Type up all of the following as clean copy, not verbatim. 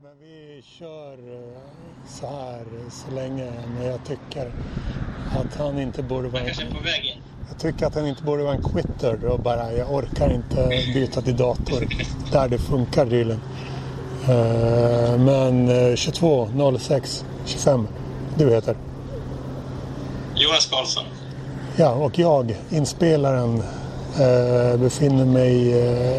men vi kör så här så länge, men jag tycker att han inte borde vara... kanske på väg in. Jag tycker att han inte borde vara en quitter och bara, jag orkar inte byta till dator där det funkar tydligen. Men 22 06 25, du heter? Jonas Karlsson. Ja, och jag, inspelaren, befinner mig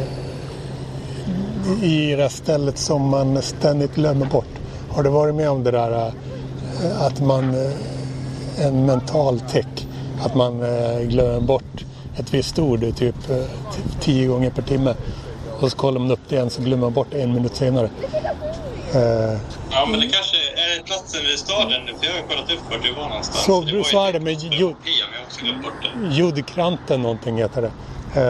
i det stället som man ständigt glömmer bort. Har du varit med om det där att man, en mental tick, att man glömmer bort ett visst ord typ 10 gånger per timme och så kollar man upp det igen så glömmer man bort 1 minut senare. Ja, men det kanske är platsen vid staden nu, för jag har kollat upp vart det var någonstans. Så är det med ljudkranten någonting heter det.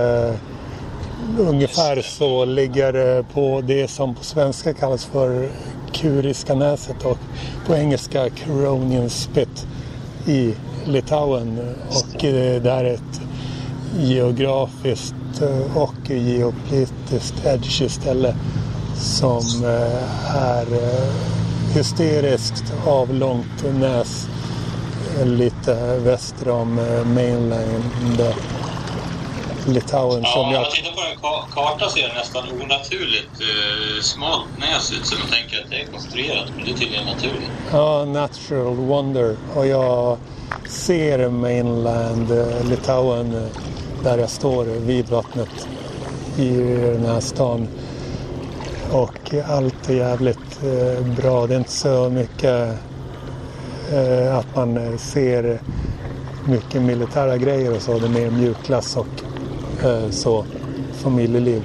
Ungefär så ligger det på det som på svenska kallas för Kuriska näset och på engelska Curonian Spit i Litauen, och det är ett geografiskt och geopolitiskt edgy ställe som är hysteriskt avlångt näs lite väster om mainland Litauen. Ja, som jag tittar på en karta ser det nästan onaturligt smalt näs ut, så man tänker att det är konstruerat, men det är tydligen naturligt. Ja, natural wonder. Och jag ser mainland Litauen där jag står vid vattnet i den här stan. Och allt är jävligt bra. Det är inte så mycket att man ser mycket militära grejer och så. Det är mer mjukglass och så familjeliv.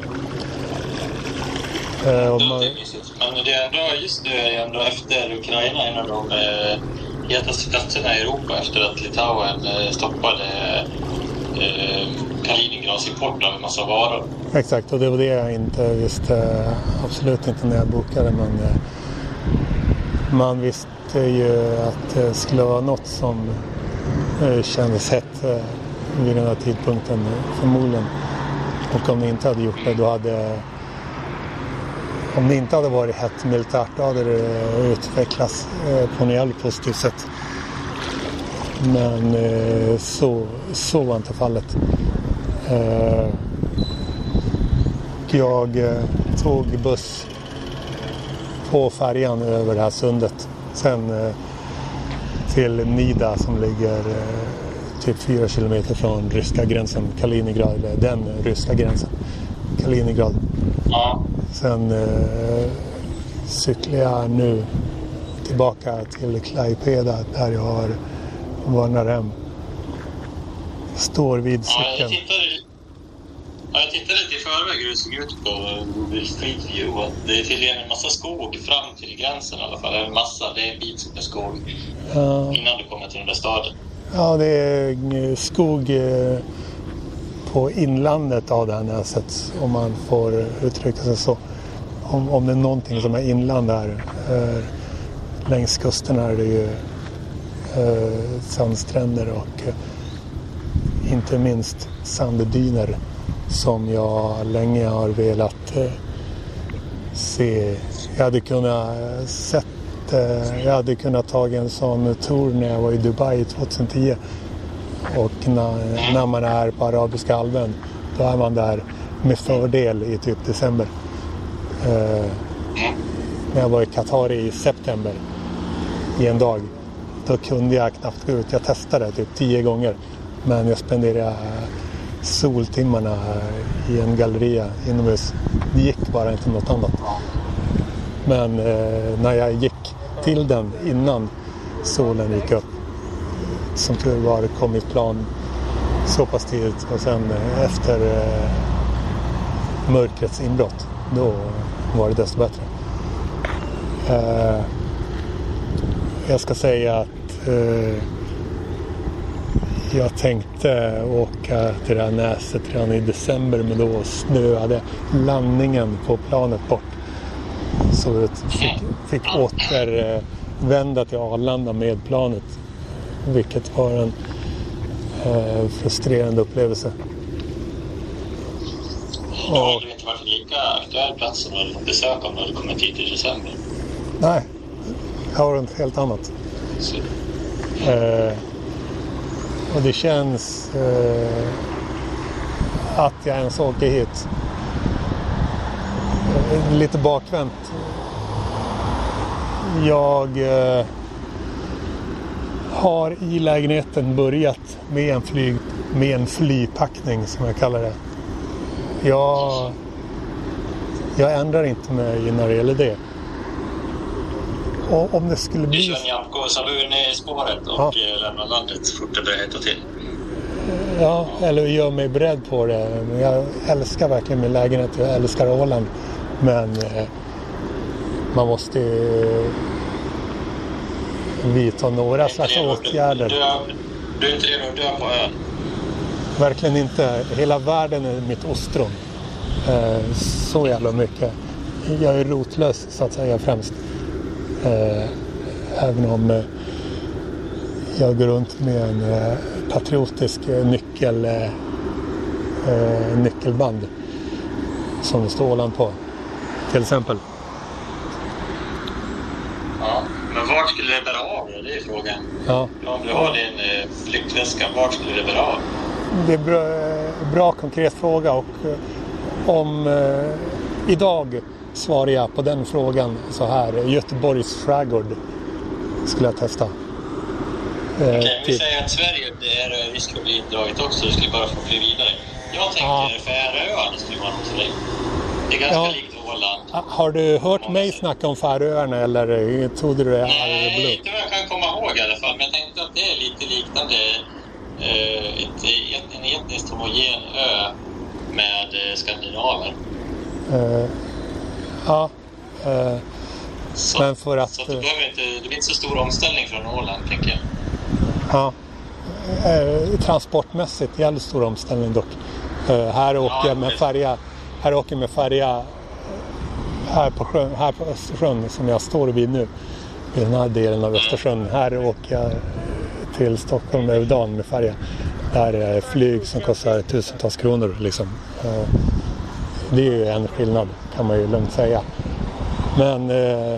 Det är mysigt. Men det är ändå, just nu är ändå efter Ukraina en av de hetaste platserna i Europa efter att Litauen stoppade Kaliningrads import av en massa varor. Exakt, och det var det jag inte visste, absolut inte när jag bokade, men man visste ju att det skulle vara något som kändes hett vid den här tidpunkten förmodligen. Och om ni inte hade gjort det, då hade, om det inte hade varit hett militärt, då hade det utvecklats på en jävligt positivt sätt. Men så var inte fallet. Jag tog buss på färjan över det här sundet. Sen till Nida som ligger typ 4 kilometer från ryska gränsen, Kaliningrad, eller den ryska gränsen, Kaliningrad. Ja. Sen cyklar jag nu tillbaka till Klaipeda där jag har vandrat hem. Står vid cykeln. Jag tittade lite i förväg hur det såg ut på Google Street View. Det är tydligen en massa skog fram till gränsen i alla fall. Det är en bit som är skog innan du kommer till den där staden. Ja, det är skog på inlandet av det här näset, om man får uttrycka sig så. Om det är någonting som är inland där, längs kusten är det ju sandstränder och inte minst sanddyner som jag länge har velat se. Jag hade kunnat ta en sån tour när jag var i Dubai 2010, och när man är på Arabiska halvön, då är man där med fördel i typ december. När jag var i Qatar i september i en dag, då kunde jag knappt gå ut. Jag testade typ 10 gånger, men jag spenderade soltimmarna i en galleria inomhus. Det gick bara inte något annat. Men när jag gick till den innan solen gick upp, som tur var, kom mitt plan så pass tidigt, och sen efter mörkrets inbrott, då var det desto bättre. Jag ska säga att jag tänkte åka till det här näset redan i december, men då snöade landningen på planet bort. Så jag fick återvända till Arlanda med planet, vilket var en frustrerande upplevelse. Ja, du vet inte varit lika aktuell plats som du besök om du hade kommit hit i december. Nej, jag har något helt annat. Och det känns att jag ens åker hit. Lite bakvänt. Jag har i lägenheten börjat med en flypackning som jag kallar det. Jag ändrar inte mig när det gäller det. Och om det skulle bli... Du kör Nyamko, så du är ner i spåret och lämnar landet fort det heter till. Ja, eller gör mig beredd på det. Jag älskar verkligen min lägenhet. Jag älskar Åland. Men man måste vidta några slags åtgärder. Du är inte redo att dö på ön? Verkligen inte. Hela världen är mitt ostron. Så jävla mycket. Jag är rotlös så att säga främst. Även om jag går runt med en patriotisk nyckelband som det står Åland på, till exempel. Ja, men vart skulle det bära av? Det är frågan. Ja. Om du har din flyktväska, vart skulle det bära av? Det är en bra konkret fråga, och om idag svarar jag på den frågan så här: Göteborgs skärgård skulle jag testa. Okej, vi säger att Sverige är risk att bli indraget också. Du skulle bara få fly vidare. Jag tänker Färöarna skulle vara något för dig. Det är ganska likt Åland. Har du hört mig snacka om Färöarna eller trodde du det är Nej, blå? inte vad jag kan komma ihåg i alla fall. Men jag tänkte att det är lite liknande en etniskt homogen ö med skandinaver. Men för att... Så det blir inte så stor omställning från Åland, tänker jag. Ja. Transportmässigt jävligt stor omställning dock. Här åker jag med färja. Här åker jag med färja här på Östersjön som jag står vid nu. I den här delen av Östersjön. Här åker jag till Stockholm över dagen med färja. Där är flyg som kostar tusentals kronor liksom. Det är ju en skillnad, kan man ju lugnt säga. Men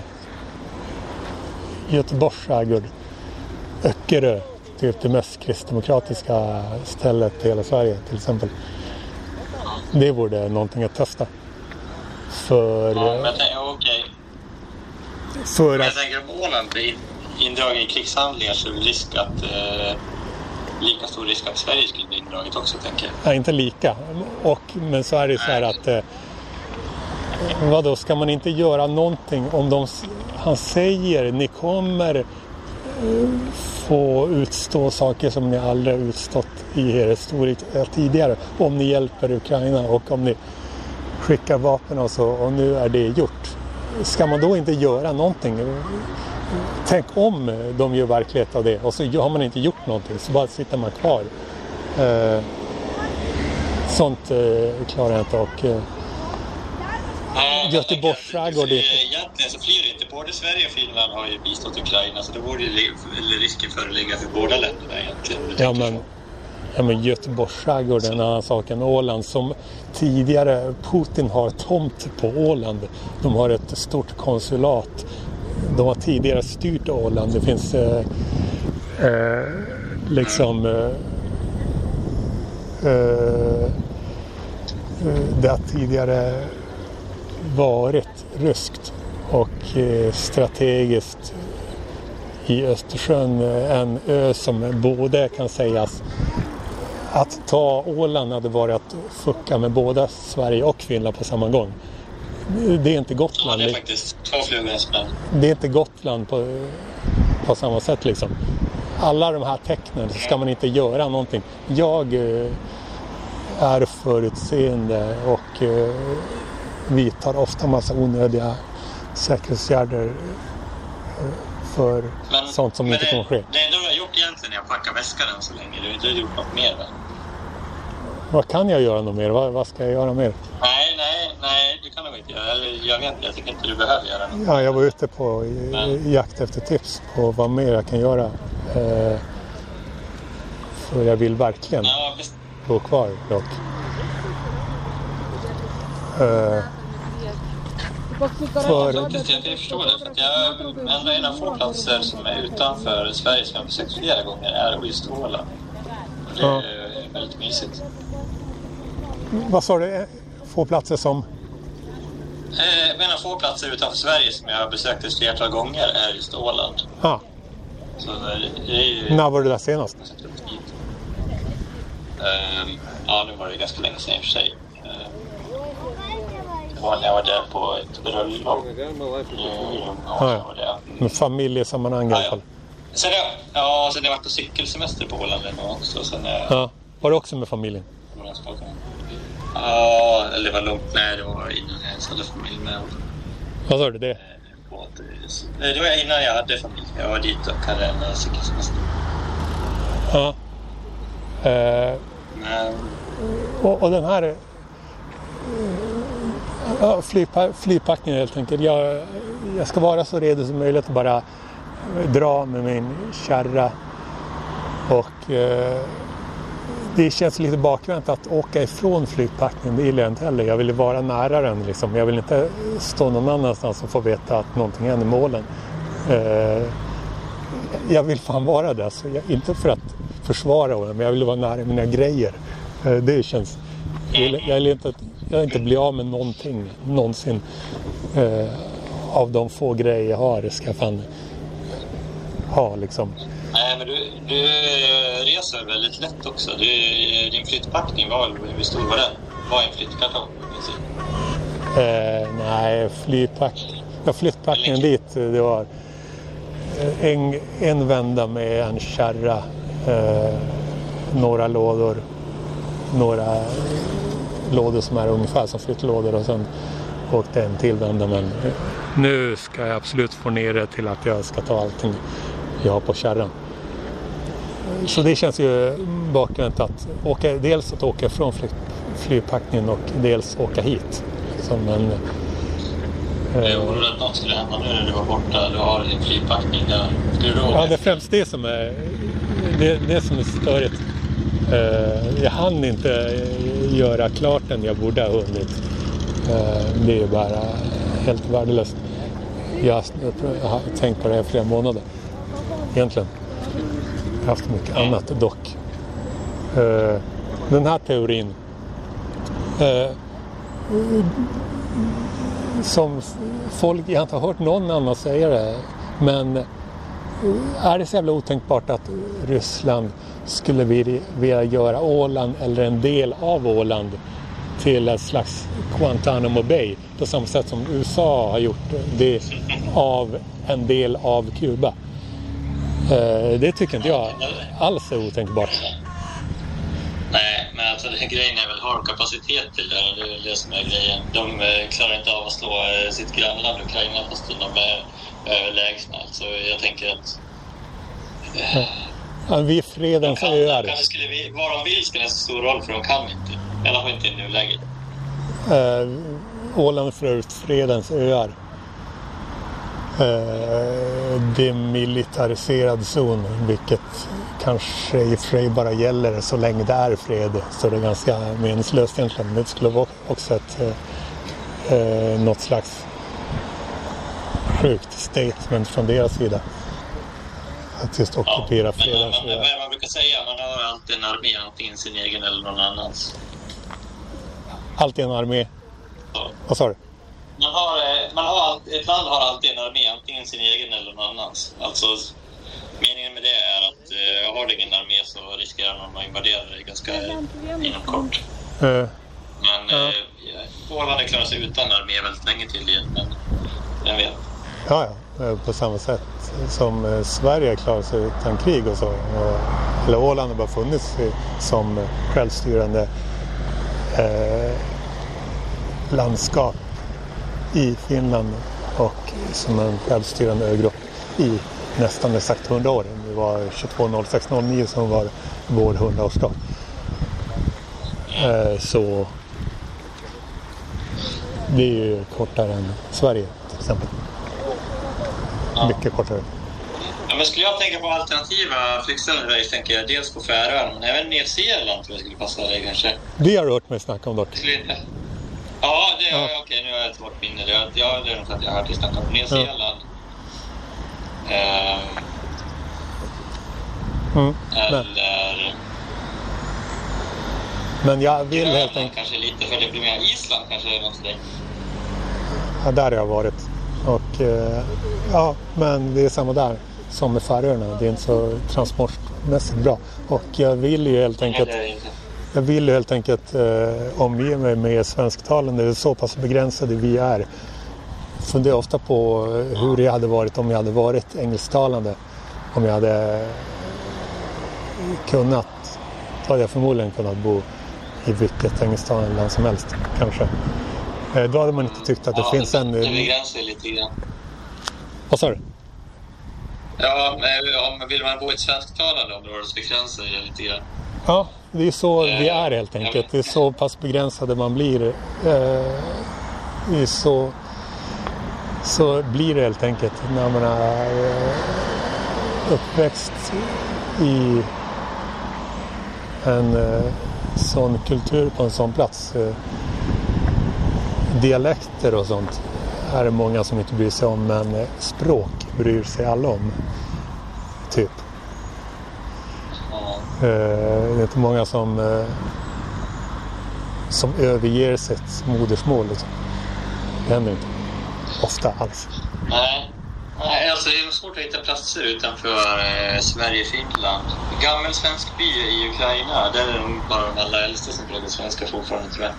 Göteborgs skärgård, Öckerö, typ det mest kristdemokratiska stället i hela Sverige till exempel. Det vore någonting att testa. För... Ja, men okej. För att... Jag tänker om Åland blir indragen i krigshandlingar så är det risk att... lika stor risk att Sverige skulle bli indraget också, tänker jag. Ja, inte lika. Men så är det så här att... vadå, ska man inte göra någonting om han säger ni kommer få utstå saker som ni aldrig har utstått i er historia tidigare om ni hjälper Ukraina och om ni skickar vapen och så, och nu är det gjort. Ska man då inte göra någonting? Tänk om de gör verklighet av det och så har man inte gjort någonting, så bara sitter man kvar. Sånt klarar jag inte. Och Göteborgs skärgård egentligen så flyr inte. Både Sverige och Finland har ju bistått Ukraina, så då borde risken föreligga för båda länderna egentligen. Men Göteborgs skärgård är en annan sak än Åland. Som tidigare, Putin har tomt på Åland. De har ett stort konsulat. De har tidigare styrt Åland. Det finns det har tidigare varit ryskt och strategiskt i Östersjön, en ö som både kan sägas att ta Åland hade varit att fucka med båda Sverige och Finland på samma gång. Det är inte Gotland. Ja, det är faktiskt två flugor i en smäll. Det är inte Gotland på samma sätt liksom. Alla de här tecknen så ska man inte göra någonting. Jag är förutseende och vidtar ofta massa onödiga säkerhetsåtgärder för sånt som inte kommer ske. Det enda du har gjort egentligen är att packa väskan än så länge. Du har inte gjort något mer, va? Vad kan jag göra något mer? Vad ska jag göra mer? Nej, det kan du inte göra. Jag vet inte, jag tycker inte du behöver göra något. Ja, jag var ute på jakt efter tips på vad mer jag kan göra. För jag vill verkligen bo kvar dock. Jag förstår det, för att jag ändå en av få platser som är utanför Sverige som jag har besökt flera gånger är just Åland. Det är väldigt mysigt. Vad sa du? Få platser som? En av få platser utanför Sverige som jag har besökt ett flertal gånger är just Åland. Så det är ju... När var du där senast? Ja, nu var det ganska länge sedan i och för sig. Det var när jag var där på ett bröllop. Med familjesammanhang i alla fall. Sen har jag varit på cykelsemester på Åland också. Var det också med familjen? Ja, eller det var långt. Nej, det var innan jag ens hade familj med. Vad sa du det? Det var innan jag hade familj. Jag var dit och hade en cykelsemester. Och den här flygpackningen helt enkelt. Jag ska vara så redo som möjligt att bara dra med min kärra. Och det känns lite bakvänt att åka ifrån flygpackningen. Det gillar jag inte heller. Jag vill vara nära den liksom. Jag vill inte stå någon annanstans och få veta att någonting händer med målen. Jag vill fan vara där. Så inte för att försvara den, men jag vill vara nära mina grejer. Det känns... Jag vill inte bli av med någonting någonsin av de få grejer jag har. Ska jag fan ha liksom. Nej, men du reser väldigt lätt också. Din flyttpackning hur stor var den? Var en flyttkartong? Nej, flyttpackningen dit, det var en vända med en kärra, några lådor som är ungefär som flyttlådor, och sen åkte en till vända. Men nu ska jag absolut få ner det till att jag ska ta allting jag har på kärran. Så det känns ju bakvänt att åka från flygpackningen och dels åka hit. Som en... Jag är orolig att något skulle hända nu när du var borta. Du har din flygpackning där. Ja, det är främst det som är störigt. Jag hann inte göra klart den jag borde ha hunnit. Det är ju bara helt värdelöst. Jag har tänkt på det här flera månader. Egentligen. Jag har haft mycket annat dock. Den här teorin som folk, jag har inte hört någon annan säga det, men är det så jävla otänkbart att Ryssland skulle vilja göra Åland eller en del av Åland till en slags Guantanamo Bay på samma sätt som USA har gjort det av en del av Kuba? Det tycker inte jag alls är otänkbart. Nej, men alltså grejen är väl, har kapacitet till det. Det är väl det som är grejen. De klarar inte av att slå sitt grannland Ukraina fast de är överlägsna. Så jag tänker att vi är fredens öar. Vad de vill spelar så stor roll, för de kan inte. I alla fall inte i nuläget. Åland för fredens öar. Demilitariserad zon, vilket kanske i och för sig bara gäller så länge det är fred, så det är ganska meningslöst egentligen. Det skulle vara också något slags sjukt statement från deras sida att just ockupera fredens öar. Vad är det man brukar säga? Man har alltid en armé, antingen sin egen eller någon annans. Alltid en armé? Ja. Vad sa du? Ett land har alltid en armé, antingen sin egen eller någon annans. Alltså, meningen med det är att har du ingen armé så riskerar någon att invadera dig ganska inom kort. Men Åland klarar sig utan armé väldigt länge till igen, men jag vet. Ja, på samma sätt som Sverige klarar sig utan krig och så. Eller Åland har bara funnits som självstyrande landskap i Finland och som en självstyrande ögrupp i nästan exakt 100 år. Det var 22.06.09 som var vår 100-årsdag. Så det är ju kortare än Sverige till exempel. Mycket kortare. Ja, men skulle jag tänka på alternativa flygställen så tänker jag dels på Färöarna, men även Nya Zeeland tror jag skulle passa dig kanske. Det har du hört mig snacka om dock. Ja, det är okej. Nu har jag ett svårt minne. Det är nog så att jag har hört det snacka om Nya Zeeland. Men jag vill helt enkelt... kanske lite för det blir mer. Island kanske är något för dig. Ja, där har jag varit. Och men det är samma där som med Färöarna. Det är inte så transportmässigt bra. Och jag vill ju helt enkelt omge mig med svensktalande. Det är så pass begränsade vi är. Funderar ofta på hur det hade varit om jag hade varit engelsktalande. Om jag hade kunnat, då hade jag förmodligen kunnat bo i vilket engelsktalande land som helst, kanske. Då hade man inte tyckt att det finns en... Det begränsar lite grann. Vad sa du? Ja, men vill man bo i ett svensktalande område så begränsar det lite grann. Ja, det är så vi är helt enkelt. Det är så pass begränsade man blir. Det är så blir det helt enkelt när man är uppväxt i en sån kultur på en sån plats. Dialekter och sånt är det många som inte bryr sig om, men språk bryr sig alla om. Typ. Det är inte många som överger sitt modersmål. Liksom. Det händer inte. Ofta alls. Nej, alltså det är svårt att hitta platser utanför Sverige och Finland. Gammal svensk by i Ukraina, där är de bara de allra äldsta som pratar svenska fortfarande, tror jag.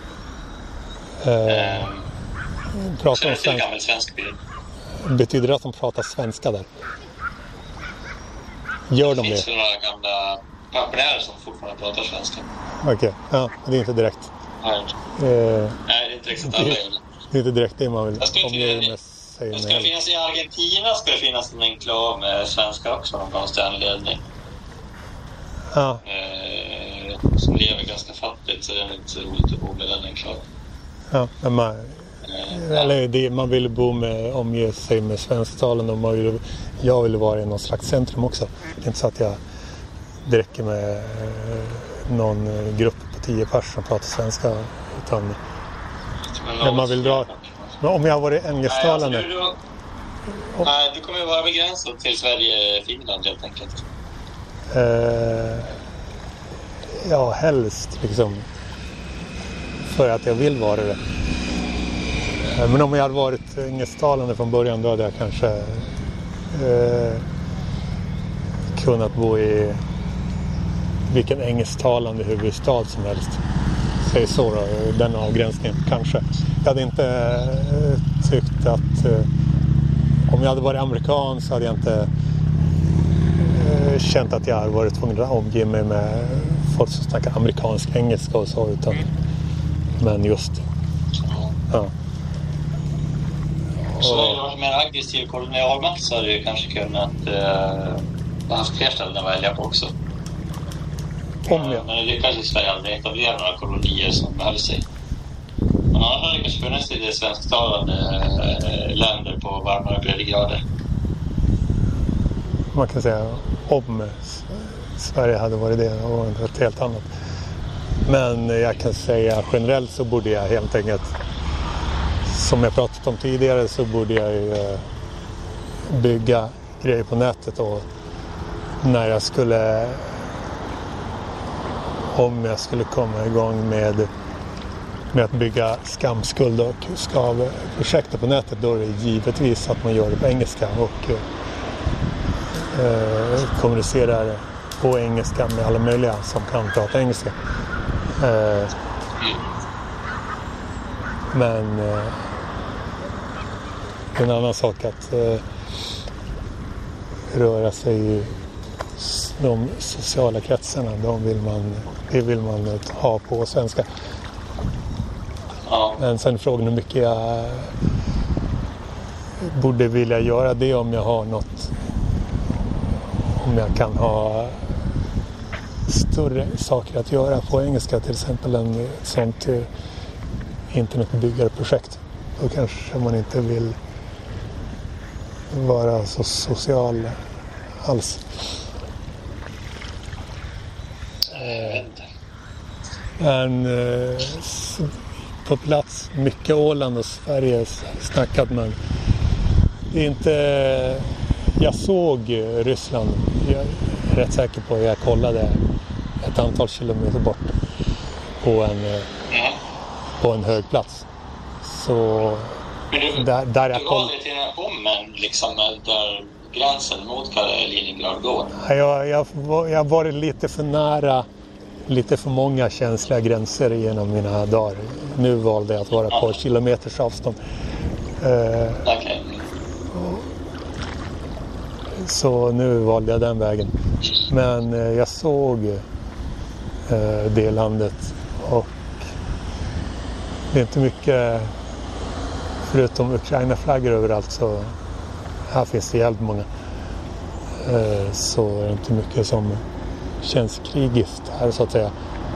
Pratar om svenska. Gammal svensk by. Betyder det att de pratar svenska där? Gör de det? Det finns några gamla pensionärer som fortfarande pratar svenska. Okej, ja, det är inte direkt. Nej, det är inte direkt att alla gör det. Det är inte direkt det man vill omge med sig med. Det ska finnas i Argentina, ska det finnas en enklav med svenska också, någon konstig anledning. Ja. Som lever ganska fattigt, så det är inte så roligt att bo med den enklav. Ja, men man vill omge sig med svensktalande, och jag vill vara i någon slags centrum också. Det är inte så att jag dricker med någon grupp på 10 personer som pratar svenska, utan man vill dra. Men om jag har varit engelsktalande... Nej, du kommer ju vara begränsad till Sverige och Finland helt enkelt. Ja, helst liksom. För att jag vill vara det. Men om jag hade varit engelsktalande från början, då hade jag kanske kunnat bo i vilken engelsktalande huvudstad som helst. Säg så då, den avgränsningen kanske. Jag hade inte tyckt att om jag hade varit amerikan så hade jag inte känt att jag hade varit tvungen att omge mig med folk som snackar amerikansk engelska och så, utan men just ja. Så hade det varit mer aggressiv kolonialmakt så hade du kanske kunnat haft fler ställen att välja på också. Men det lyckades i Sverige aldrig etablera några kolonier som höll sig. Men annars hade det kanske funnits i det svensktalande länder på varmare breddgrader. Man kan säga om Sverige hade varit det och något helt annat. Men jag kan säga generellt så borde jag helt enkelt, som jag pratat om tidigare, så borde jag ju bygga grejer på nätet, och när jag skulle, om jag skulle komma igång med att bygga skamskuld och skavprojekter på nätet, då är det givetvis att man gör det på engelska och kommunicerar på engelska med alla möjliga som kan prata engelska. Men en annan sak att röra sig i de sociala kretsarna, det vill man ha på svenska. Ja. Men sen frågan hur mycket jag borde vilja göra det, om jag har något, om jag kan ha större saker att göra på engelska, till exempel en sånt internetbyggarprojekt. Då kanske man inte vill vara så social alls. Men på plats. Mycket Åland och Sverige snackat, men det är inte... Jag såg Ryssland, jag är rätt säker på att jag kollade ett antal kilometer bort på en hög plats. Så där jag kollade... Du var lite ommen liksom där gränsen mot Kaliningrad går? Jag har varit lite för nära, lite för många känsliga gränser genom mina dagar. Nu valde jag att vara på kilometers avstånd. Okay. Så nu valde jag den vägen. Men jag såg det landet, och det är inte mycket, förutom Ukraina-flaggor överallt, så här finns det jävligt många. Så är det inte mycket som känns krigiskt här, så att säga.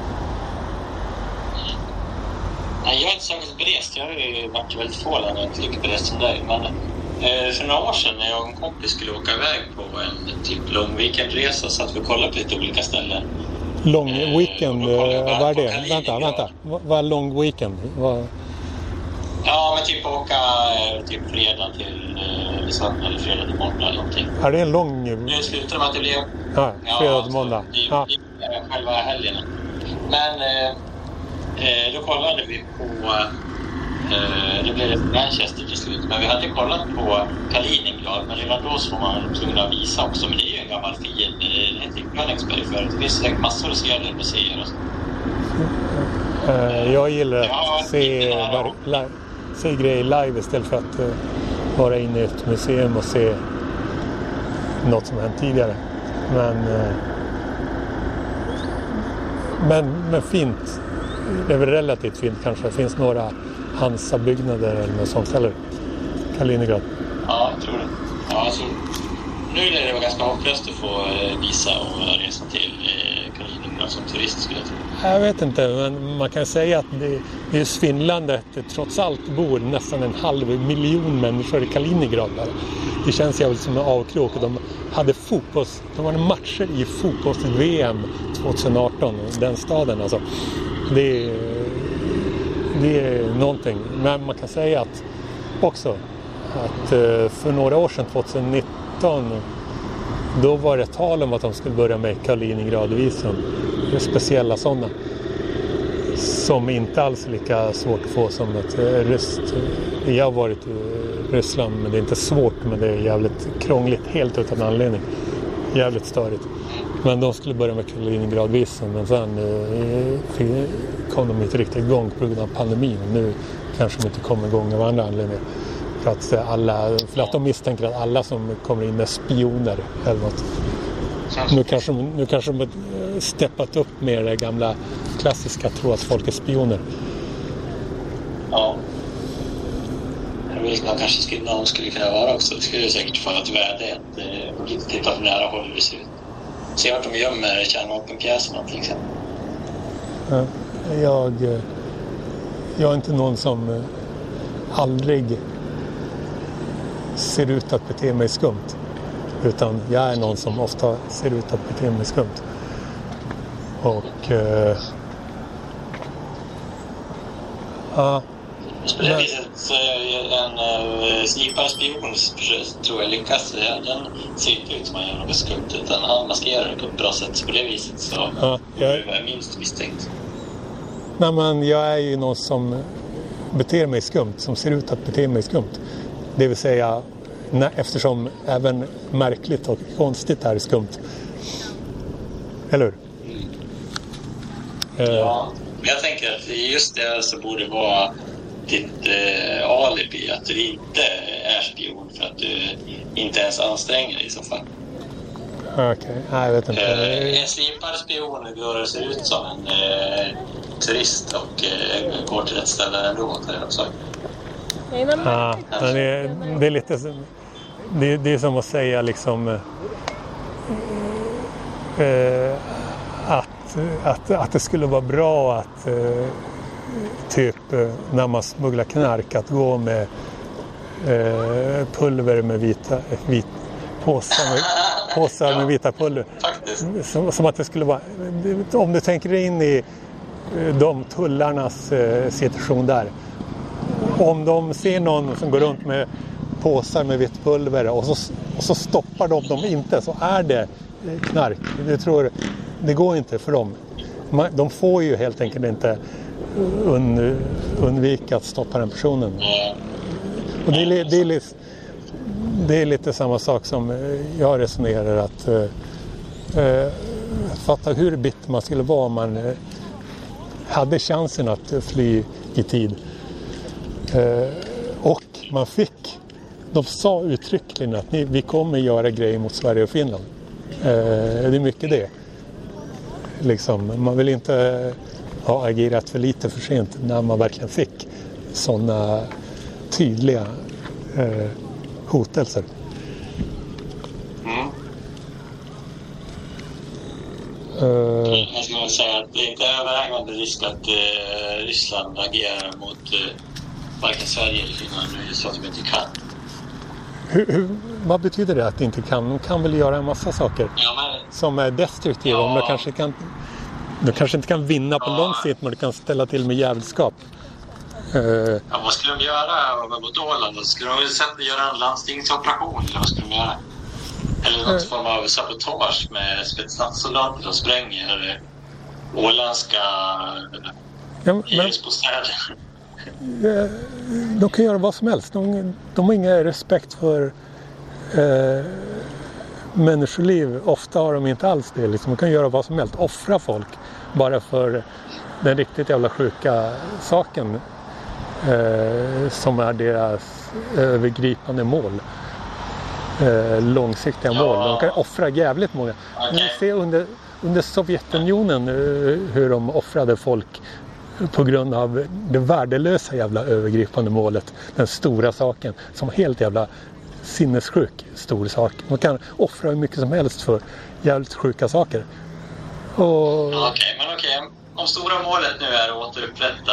Nej, jag är inte särskilt berest. Jag har ju varit väldigt få länder, inte lika berest som dig. Men för några år sedan när jag och en kompis skulle åka iväg på en typ lång weekendresa, så att vi kollade på lite olika ställen. Lång weekend, vad är det? Vänta. Vad är lång weekend? Ja, men typ åka typ fredag till söndag eller fredag till måndag eller någonting. Är det en lång... Nu slutar de att det blev... Ja, fredag till måndag. Ja. Själva helgen. Men då kollade vi på... det blev Manchester till slut. Men vi hade kollat på Kaliningrad. Men redan då så var man tvungen att visa också. Men det är ju en gammal fin... Det heter Königsberg för. Det finns säkert massor av skedor museer och så. Jag gillar att se grejer live istället för att vara inne i ett museum och se något som hänt tidigare. Men fint. Det är väl relativt fint kanske. Det finns några Hansa-byggnader eller något sånt, eller Kaliningrad. Ja, jag tror det. Ja, alltså, nu är det ganska hopplöst att få visa och resa till Kaliningrad som turist, skulle jag tro. Jag vet inte, men man kan säga att det är svindlande att det trots allt bor nästan 500 000 människor i Kaliningrad. Det känns jävligt som en avkrok. De hade matcher i fotbolls-VM 2018, den staden alltså. Det är någonting. Men man kan säga att också att för några år sedan, 2019, då var det tal om att de skulle börja med Kaliningradvisum. Det är speciella sådana som inte alls är lika svårt att få som ett ryskt. Jag har varit i Ryssland, men det är inte svårt, men det är jävligt krångligt helt utan anledning. Jävligt störigt. Men de skulle börja med Kaliningradvisum, men sen kom de inte riktigt igång på grund av pandemin. Nu kanske de inte kommer igång av andra anledningar. För att de misstänker att alla som kommer in är spioner eller något. Nu kanske de steppat upp med det gamla klassiska, tro att folk är spioner. Ja. Jag vill att kanske någon skulle kunna vara också. Det skulle säkert få ett värde att titta på nära håll hur det ser ut. Se vart de gömmer kärnvapenpjäserna till exempel. Jag är inte någon som aldrig ser ut att bete mig skumt. Utan jag är någon som ofta ser ut att bete mig skumt. Och på det viset en sniparspion tror jag lyckas. Den ser inte ut som han gör något skumt, utan han maskerar det på ett bra sätt. Så på det viset så jag är minst misstänkt. Nej, men jag är ju någon som beter mig skumt, som ser ut att bete mig skumt. Det vill säga, eftersom även märkligt och konstigt är skumt. Eller hur? Ja, men jag tänker att just det så borde vara ditt alibi, att du inte är spion för att du inte ens anstränger dig i så fall. Okej, nej, jag vet inte. En sniparspion går och ser ut som en turist och går till rätt ställe ändå, kan jag säga. Ja, det är lite... Det är som att säga liksom att det skulle vara bra att typ när man smugglar knark att gå med pulver med påsar med vita pulver. Faktiskt. Som att det skulle vara, om du tänker in i de tullarnas situation där. Om de ser någon som går runt med påsar med vitt pulver och så stoppar de dem inte, så är det knark. Jag tror det går inte för dem. De får ju helt enkelt inte undvika att stoppa den personen. Och det är lite samma sak som jag resonerar, att fatta hur bitter man skulle vara om man hade chansen att fly i tid. Och man fick, de sa uttryckligen att vi kommer göra grejer mot Sverige och Finland. Det är mycket det. Liksom, man vill inte ha agerat för lite för sent när man verkligen fick sådana tydliga hotelser. Jag skulle säga att det är inte överhängande risk att Ryssland agerar mot varken Sverige eller Finland nu, så att de inte kan. Vad betyder det att de inte kan? De kan väl göra en massa saker som är destruktiva. Ja. De kanske inte kan vinna på lång sikt, men de kan ställa till med jävelskap. Vad skulle de göra mot Åland? Skulle de göra en landstingsoperation? Eller vad skulle de göra? Eller något form av sabotage med spetsnadssoldater som spränger åländska hyresbostäder? De kan göra vad som helst. De har ingen respekt för människoliv. Ofta har de inte alls det. Liksom. De kan göra vad som helst. Offra folk bara för den riktigt jävla sjuka saken som är deras övergripande mål. Långsiktiga mål. De kan offra jävligt många. Ni ser under Sovjetunionen hur de offrade folk på grund av det värdelösa jävla övergripande målet. Den stora saken som helt jävla sinnessjuk stor sak. Man kan offra hur mycket som helst för jävligt sjuka saker. Okej. Om stora målet nu är att återupprätta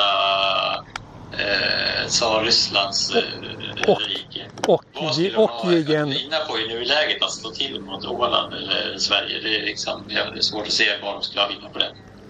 Rysslands rike. Vad skulle de ha vinna på i nuläget att slå till mot Åland eller Sverige? Det är liksom jävligt svårt att se vad de skulle ha vinna på det.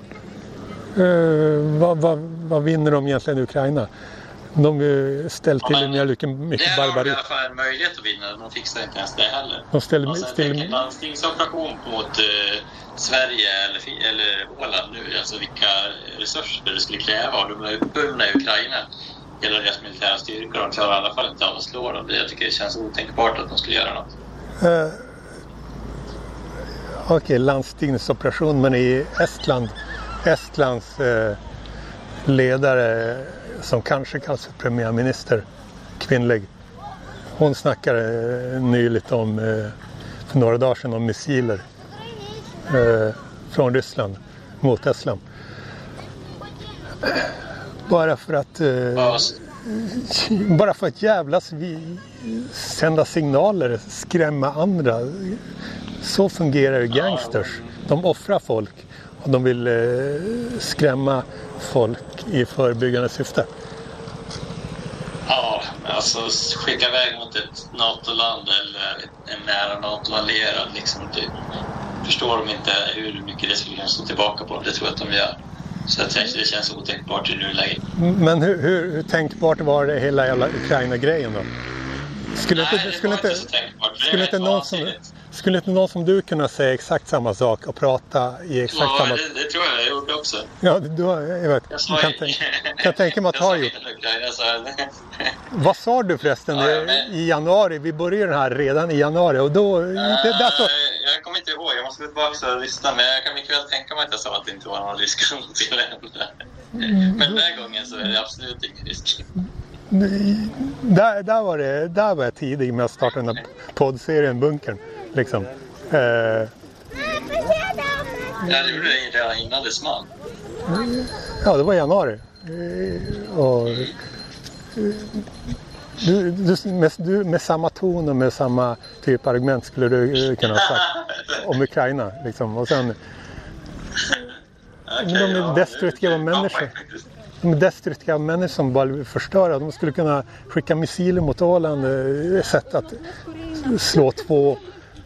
Vad vinner de egentligen i Ukraina? De ställer till med mycket barbari. Det är i alla fall en möjlighet att vinna. De fixar inte ens det heller. De ställer en landstingsoperation mot Sverige eller Åland nu. Alltså vilka resurser det skulle kräva. Och de är uppbundna i Ukraina. Hela deras militära styrkor. De klarar i alla fall inte av att slå dem. Jag tycker det känns otänkbart att de skulle göra något. Okej, landstingsoperation. Men i Estlands ledare som kanske kallas premiärminister, kvinnlig. Hon snackade nyligt om för några dagar sedan om missiler från Ryssland mot Estland. Bara för att jävlas sända signaler, skrämma andra. Så fungerar ju gangsters. De offrar folk och de vill skrämma folk i förebyggande syfte. Ja, alltså skicka iväg mot ett NATO-land eller en nära NATO-allierad liksom. Förstår de inte hur mycket det skulle stå tillbaka på. Det tror jag att de gör. Så det känns otänkbart i nuläget. Men hur tänkbart var det hela jävla Ukraina-grejen då? Skulle inte någon som du kunna säga exakt samma sak och prata i exakt samma... Ja, det tror jag gjorde också. Ja, jag vet. Kan tänka mig att ha gjort. Vad sa du förresten i januari? Vi började den här redan i januari och då... Jag kommer inte ihåg, jag måste gå tillbaka och lyssna, men jag kan mycket väl tänka mig att jag sa att det inte var någon risk till ändra. Men den här gången så är det absolut ingen risk. Där var jag tidig med att starta den här poddserien Bunkern liksom. Ja, det gjorde det redan innan det small. Ja, det var i januari. Och du med samma ton och med samma typ argument skulle du kunna ha sagt om Ukraina liksom. Och sen de är destruktiva människor. De är destruktiva människor som bara vill förstöra. De skulle kunna skicka missiler mot Åland. Sätt att slå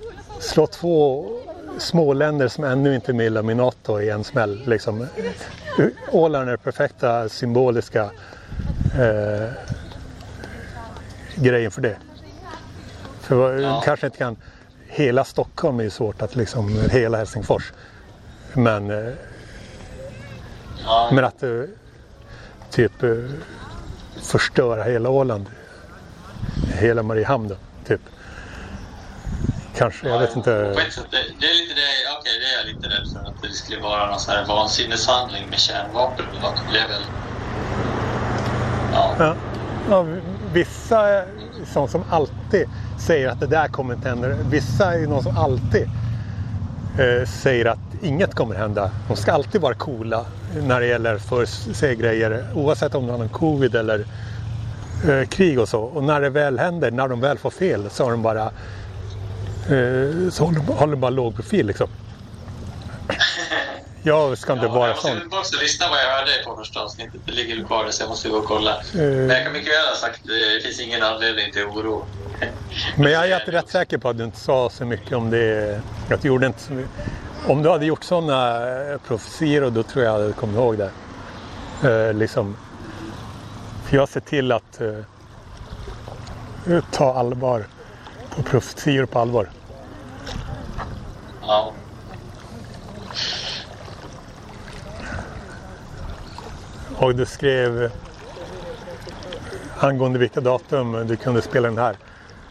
två små länder som ännu inte är med i NATO i en smäll. Liksom. Åland är perfekta symboliska grejen för det. För kanske inte kan... Hela Stockholm är ju svårt att liksom... Hela Helsingfors. Men att typ förstöra hela Åland. Hela Mariehamn då, typ. Kanske, jag vet inte. Det är lite det, okej, det är jag lite rädd för. Att det skulle vara någon sån här vansinneshandling med kärnvapen eller något. Det är väl... Ja, vissa sån som alltid säger att det där kommer inte hända. Vissa är någon som alltid säger att inget kommer hända. De ska alltid vara coola när det gäller för sig grejer. Oavsett om det har covid eller krig och så. Och när det väl händer, när de väl får fel, så har de bara så håller de bara låg profil liksom. Jag ska inte vara sån. Jag måste också lyssna vad jag hörde på första avsnittet. Det ligger kvar så jag måste gå och kolla. Men jag kan mycket väl ha sagt det finns ingen anledning till oro. Men jag är rätt säker på att du inte sa så mycket om det. Jag gjorde inte så mycket. Om du hade gjort sådana profetier, då tror jag att du kommer ihåg det. Liksom. För jag ser till att ta allvar på profetier på allvar. Ja. Och du skrev angående vilka datum du kunde spela den här.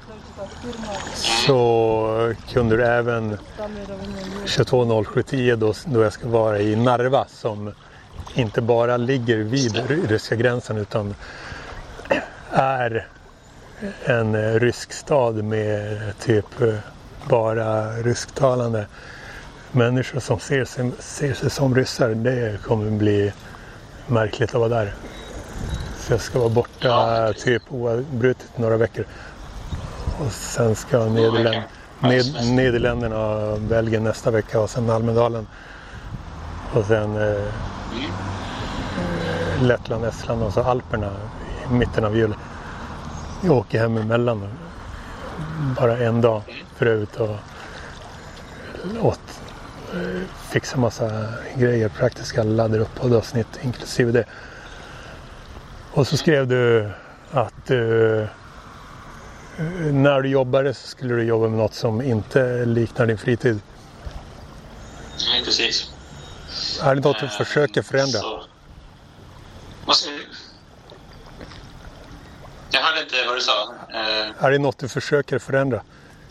Så kunde du även 22.07.10 då jag ska vara i Narva, som inte bara ligger vid ryska gränsen utan är en rysk stad med typ bara rysktalande människor som ser sig som ryssar. Det kommer bli märkligt att vara där. Så jag ska vara borta typ oavbrutet några veckor. Och sen ska Nederländerna och Belgien nästa vecka och sen Almedalen. Och sen Lettland, Estland och så Alperna i mitten av juli. Jag åker hem emellan bara en dag förut och fixa massa grejer, praktiska laddar upp poddavsnitt inklusive det. Och så skrev du att när du jobbade så skulle du jobba med något som inte liknar din fritid. Nej, precis. Är det något du försöker förändra? Vad säger du? Jag hörde inte vad du sa. Är det något du försöker förändra?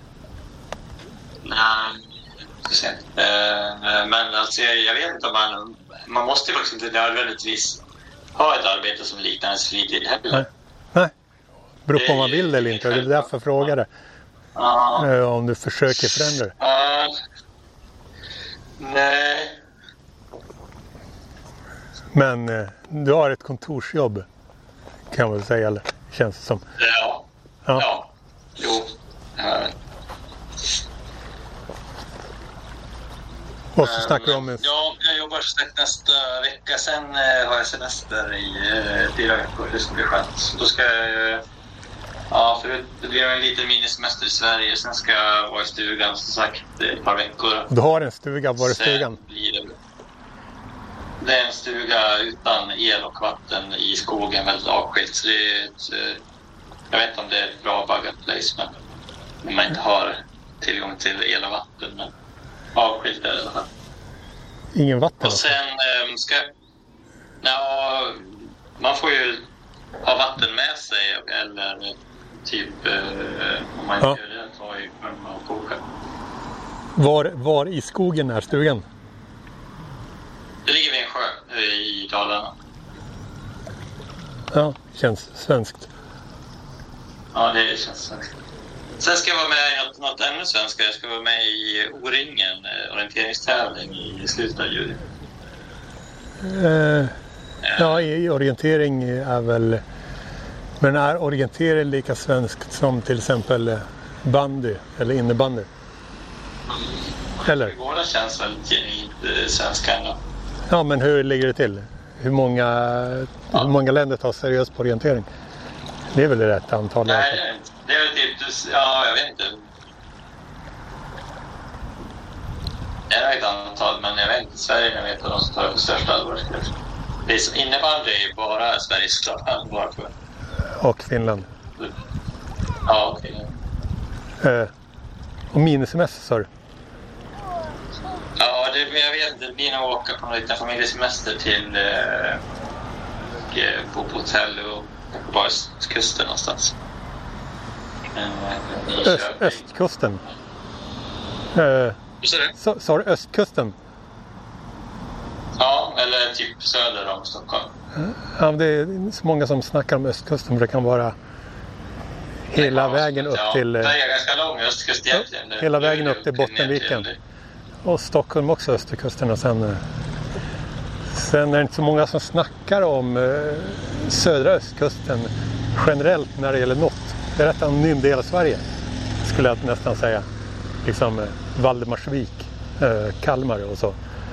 Nej, men alltså jag vet inte om man måste ju också inte nödvändigtvis ha ett arbete som liknar ens fritid heller. Nej. Beror på om man vill eller inte. Det är därför jag frågade. Om du försöker förändra det. Nej. Men du har ett kontorsjobb, kan man väl säga, eller känns det som? Ja. Jo. Och så snackar du om... Ja, jag jobbar nästa vecka. Sen har jag semester i 4 veckor. Det ska bli skönt. Då ska jag... Ja, för det blir en liten minisemester i Sverige. Sen ska jag vara i stugan, som sagt, ett par veckor. Du har en stuga. Var är stugan? Det är en stuga utan el och vatten i skogen, väldigt avskilt. Så det är jag vet inte om det är ett bra bugget place, men man inte har tillgång till el och vatten. Men avskilt är det i alla fall. Ingen vatten? Och sen man får ju ha vatten med sig, eller typ om man inte gör det, ta i skärmar och koka. Var i skogen är stugan? Det ligger vid en sjö i Dalarna. Ja, känns svenskt. Ja, det känns svenskt. Sen ska jag vara med i något ännu svenskare. Jag ska vara med i O-ringen, orienteringstävling i slutet av juli. Ja, orientering är väl... Men är orientering lika svenskt som till exempel bandy eller innebandy? Eller? Båda känns väl inte svenska ändå. Ja, men hur ligger det till? Hur många länder tar seriöst på orientering? Det är väl rätt antal? Nej, det är väl typ... Ja, jag vet inte. Det är ett antal, men jag vet inte. Sverige, jag vet att de som tar det på största allvar. Det är som innebandy är bara Sveriges klubb. Och Finland. Ja, okej. Och minisemester, sa du? Ja, jag vet. Det blir nog åka på en liten familjesemester till bo på hotell och på östkusten någonstans. Östkusten? Sa du östkusten? Ja, eller typ söder om Stockholm. Ja, det är så många som snackar om östkusten, för det kan vara hela vägen upp till... Det är ganska lång östkust egentligen. Hela vägen upp till Bottenviken. Och Stockholm också, östkusten. Och sen är det inte så många som snackar om södra östkusten generellt när det gäller något. Det är rätt anonym del av Sverige, skulle jag nästan säga. Liksom Valdemarsvik, Kalmar och så.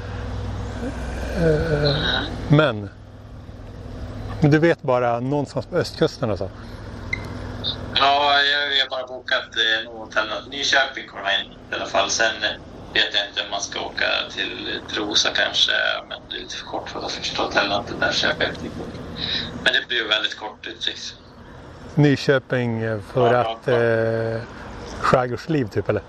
Men du vet bara någonstans på östkusten alltså? Ja, jag har bara bokat hotell. Nyköping kommer in i alla fall. Sen vet jag inte om man ska åka till Trosa kanske, men det är lite för kort för att förstå hotellet där Köping. Men det blir ju väldigt kort utsikt. Nyköping för att skärgårdsliv typ, eller?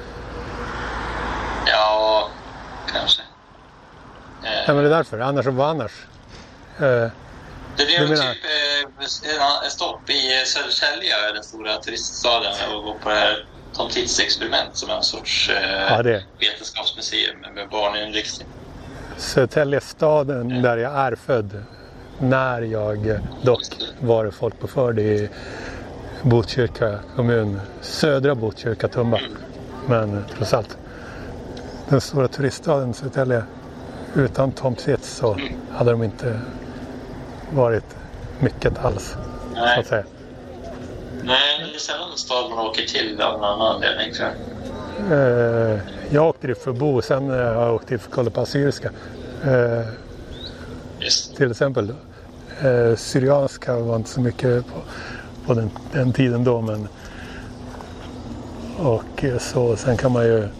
Ja, kanske. Ja, men det är därför. Annars och vad annars? Det blev typ en stopp i Södertälje, den stora turiststaden, och gå på det här Tom Tits-experiment som är en sorts vetenskapsmuseum med barninriktning. Södertälje staden där jag är född. När jag dock var folkbokförd i Botkyrka kommun, södra Botkyrka, Tumba. Men trots allt, den stora turiststaden Södertälje, utan Tom Tits så hade de inte varit mycket alls, så att säga. Nej, det är sällan en stad man åker till av någon anledning, tror jag. Jag åkte dit för att bo, sen har jag åkt dit för att kolla på assyriska. Till exempel. Syrianska var inte så mycket på den tiden då, men och så sen kan man ju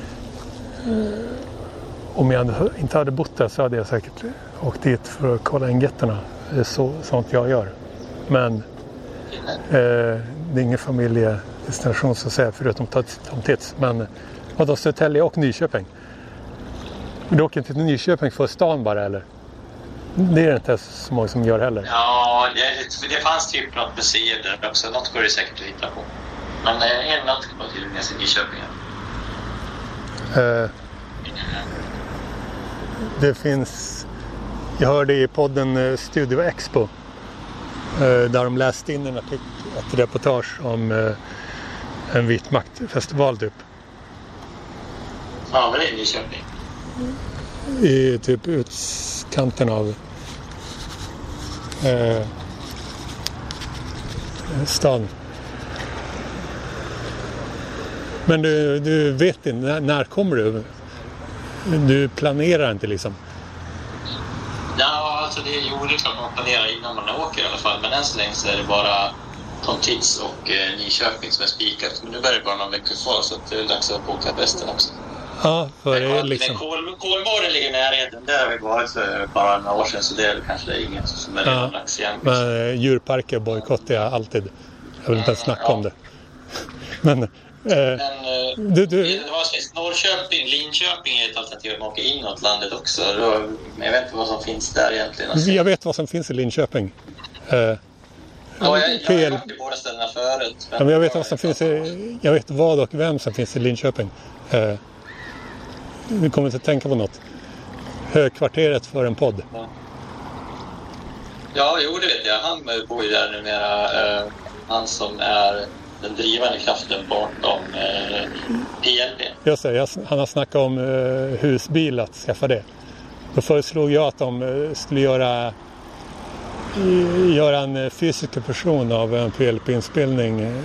om jag inte hade bott där så hade jag säkert åkt dit för att kolla in getterna. Det är sånt jag gör. Men det är ingen familjedestination så att säga, förutom Tom Tits. Men vadå, Södertälje och Nyköping? Du åker inte till Nyköping för stan bara, eller? Det är inte så många som gör heller. Ja, det fanns typ något museum där också. Något går det säkert att hitta på. Men en natt kan man till med sig i Nyköping. Det finns... Jag hörde i podden Studio Expo där de läste in ett reportage om en vitmaktfestival typ. Ja, men det är Nyköping. I typ utkanten av stan. Men du vet inte, när kommer du? Du planerar inte liksom? Ja, alltså det är klart man planerar innan man åker i alla fall. Men än så länge så är det bara Tom Tits och Nyköping som är spikat. Men nu börjar det bara någon vecka kvar, så det är dags att boka västen också. Ja, för det är liksom... Kolmården ligger i närheten. Där har vi varit för bara några år sedan, så det är kanske inget som är redan dags igen. Men djurparker bojkottar jag alltid. Jag vill inte snacka om det. Men Norrköping, Linköping är ett alternativ att åka inåt landet också. Men jag vet inte vad som finns där egentligen. Alltså. Jag vet vad som finns i Linköping. Jag har varit i båda ställena förut. Men jag vet vad som finns jag vet vad och vem som finns i Linköping. Vi kommer inte att tänka på något. Högkvarteret för en podd. Ja, jo, det vet jag. Han bor ju där numera. Han som är den drivande kraften bortom PLP. Jag säger, han har snackat om husbil, att skaffa det. Då föreslog jag att de skulle göra en fysisk person av en PLP-inspelning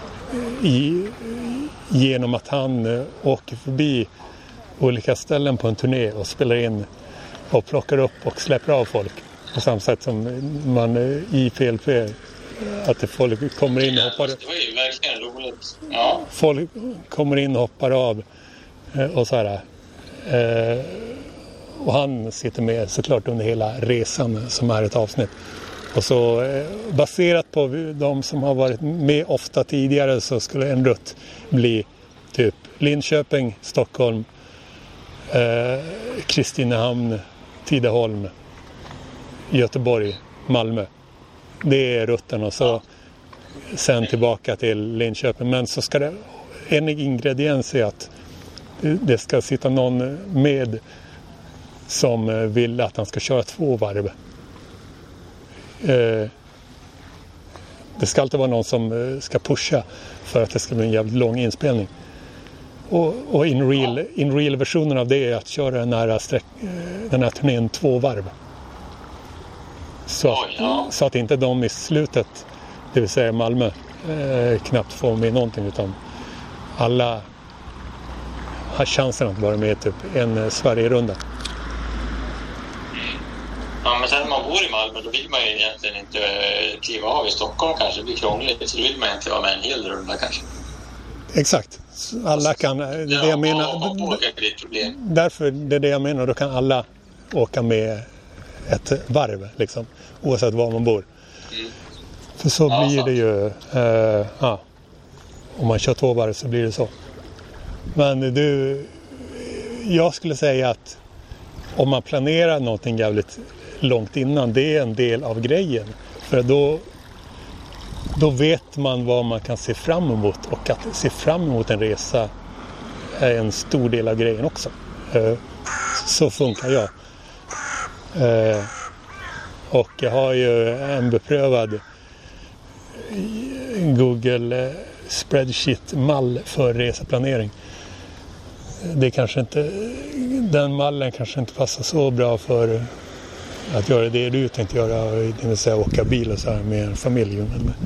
genom att han åker förbi olika ställen på en turné och spelar in och plockar upp och släpper av folk. På samma sätt som man i PLP, att folk kommer in och hoppar. Det var ju verkligen roligt. Ja. Folk kommer in och hoppar av och så här. Och han sitter med såklart under hela resan som är ett avsnitt. Och så baserat på de som har varit med ofta tidigare så skulle en rutt bli typ Linköping, Stockholm, Kristinehamn, Tidaholm, Göteborg, Malmö. Det är rutten och så sen tillbaka till Linköping. Men så ska det, en ingrediens är att det ska sitta någon med som vill att han ska köra 2 varv. Det ska alltid vara någon som ska pusha för att det ska bli en jävligt lång inspelning. Och in real versionen av det är att köra den här turnén 2 varv. Så att inte de i slutet, det vill säga Malmö, knappt får med någonting, utan alla har chansen att vara med typ en Sverige-runda. Ja, men sen när man bor i Malmö då vill man ju egentligen inte kliva av i Stockholm kanske. Det blir krångligt, så då vill man inte vara med en hel runda kanske. Exakt. Alla kan, det är det jag menar. Därför, det är det jag menar, då kan alla åka med ett varv liksom, oavsett var man bor. För så blir det ju om man kör 2 varv så blir det så. Men jag skulle säga att om man planerar någonting jävligt långt innan, det är en del av grejen. För då vet man vad man kan se fram emot, och att se fram emot en resa är en stor del av grejen också. Så funkar jag. Och jag har ju en beprövad Google spreadsheet-mall för reseplanering. Det kanske inte, den mallen kanske inte passar så bra för att göra det du tänkte göra, det vill säga åka bil och så här med en familj. Men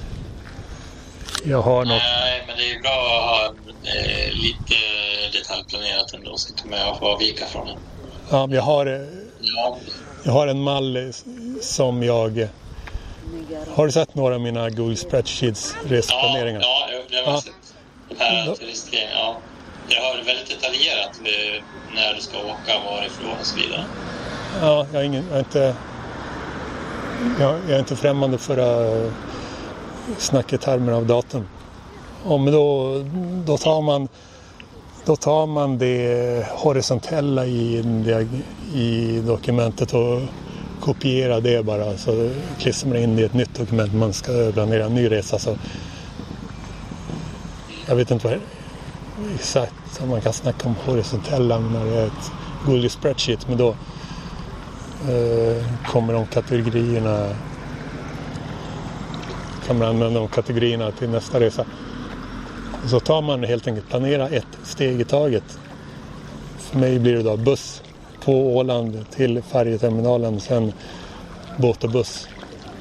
jag har något. Nej, men det är bra att ha lite detaljplanerat ändå, så kan man få avvika från det. Ja, jag har en mall som jag har du sett några av mina Google Spreadsheets reseplaneringar? Ja, det var sett. De här turistgrejerna, ja. Jag har väldigt detaljerat när du ska åka, varifrån och så vidare. Ja, jag är inte främmande för att snacka i termer av datum. Men då tar man det horisontella i dokumentet och kopierar det bara. Så klistrar man in det i ett nytt dokument. Man ska planera en ny resa. Så jag vet inte vad exakt som man kan snacka om horisontella när det är ett Google Spreadsheet. Men då kommer de kategorierna, kan man använda de kategorierna till nästa resa. Och så tar man helt enkelt planera ett steg i taget. För mig blir det då buss på Åland till färjeterminalen, sen båt och buss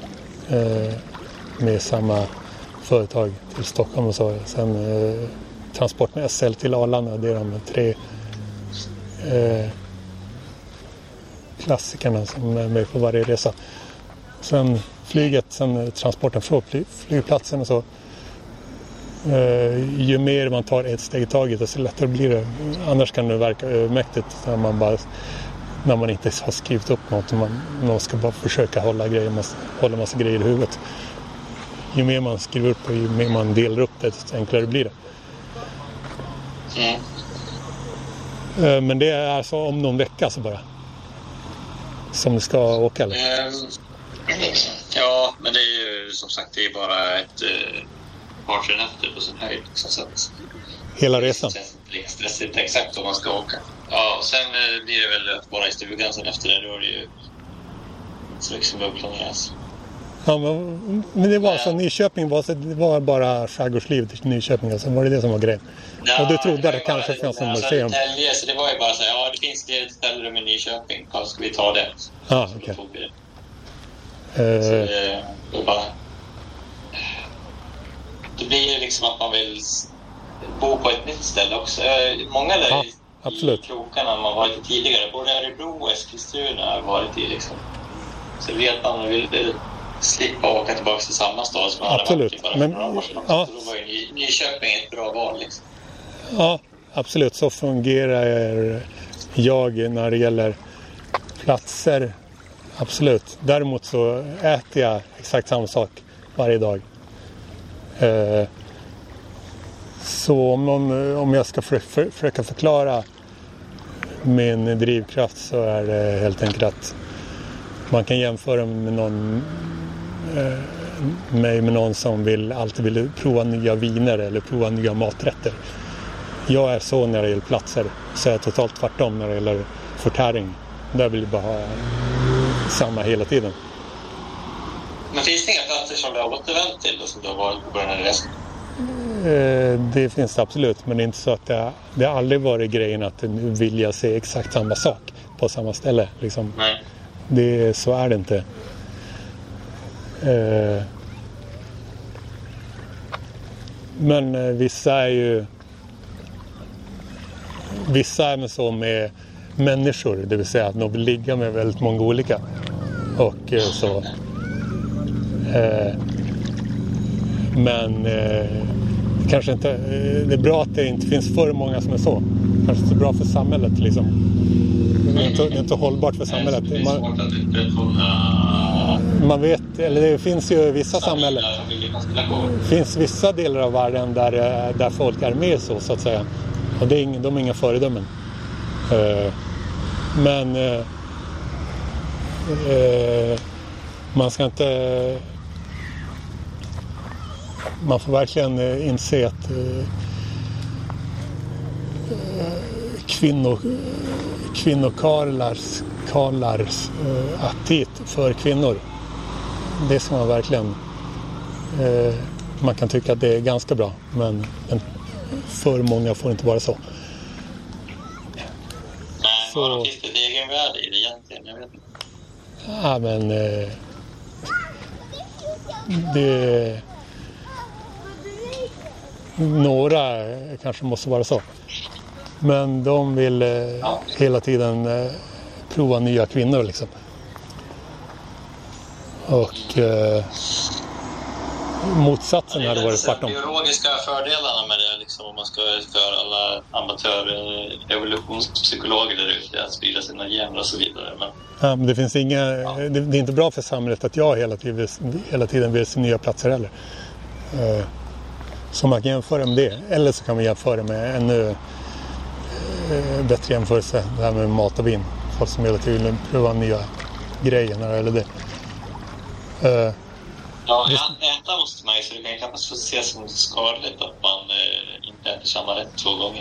med samma företag till Stockholm och så. Sen transport med SL till Arlanda, det är de 3 klassikerna som är med på varje resa. Sen flyget, sen transporten från flygplatsen och så. Ju mer man tar ett steg i taget, desto lättare blir det. Annars kan det verka övermäktigt när man inte har skrivit upp något. Man ska bara försöka hålla massa grejer i huvudet. Ju mer man skriver upp och ju mer man delar upp det, desto enklare blir det. Men det är alltså om någon vecka så bara som du ska åka, eller? Ja, men det är ju som sagt, det är bara ett par tre nätter på sin höjd. Så att hela resan? Det är stressigt exakt om man ska åka. Ja, sen blir det väl bara i stugan sen efter det. Då är det ju så liksom planeras. Ja, men det var så Nyköping det var bara skärgårdslivet i Nyköping, och sen var det som var grejen. Ja, och du trodde att det kanske fanns en museum. Så det var ju bara så här, ja, det finns ett ställrum i Nyköping, ska vi ta det? Ja, okej. Så bara, det blir ju liksom att man vill bo på ett nytt ställe också. Många där i krokarna man varit i tidigare, både Örebro och Eskilstuna har varit i liksom. Så det vet man vill slippa åka tillbaka till samma stad som man hade varit i bara för några år sedan. Så då var ju Nyköping ett bra val liksom. Ja, absolut. Så fungerar när det gäller platser, absolut. Däremot så äter jag exakt samma sak varje dag. Så om jag ska försöka förklara min drivkraft så är det helt enkelt att man kan jämföra med någon som alltid vill prova nya viner eller prova nya maträtter. Jag är så när det gäller platser, så är jag totalt tvärtom när det gäller förtäring. Där vill jag bara ha samma hela tiden. Men finns det inga platser som du har återvänt till och som du har varit på början av resan? Det finns det absolut, men det är inte så att det har aldrig varit grejen att nu vill jag se exakt samma sak på samma ställe. Liksom. Nej. Så är det inte. Men vissa är så med människor, det vill säga att de vill ligga med väldigt många olika. Och så. Men kanske inte, det är bra att det inte finns för många som är så. Kanske inte bra för samhället liksom. Det är inte hållbart för samhället. Man vet, eller det finns ju vissa samhällen. Det finns vissa delar av världen där folk är mer så att säga. Och de är inga föredömen. Men man ska inte... Man får verkligen inse att kvinnokarlars aptit för kvinnor. Det ska man verkligen... Man kan tycka att det är ganska bra, men för många får inte vara så. Nej, vad finns det egen värde i det egentligen? Jag vet inte. Ja, men... det... Några kanske måste vara så. Men de vill hela tiden prova nya kvinnor liksom. Och motsatsen hade varit tvärtom. Biologiska fördelarna med det liksom, om man ska för alla evolutionspsykologer där ute att sprida sina gener och så vidare. Men det finns det är inte bra för samhället att jag hela tiden vill se nya platser heller. Så man kan jämföra med det. Eller så kan man jämföra med ännu bättre jämförelse. Det här med mat och vin. Folk som hela tiden provar nya grejer eller det. Äta måste man ju, så det kan knappast få se som skadligt att man inte äter samma rätt 2 gånger.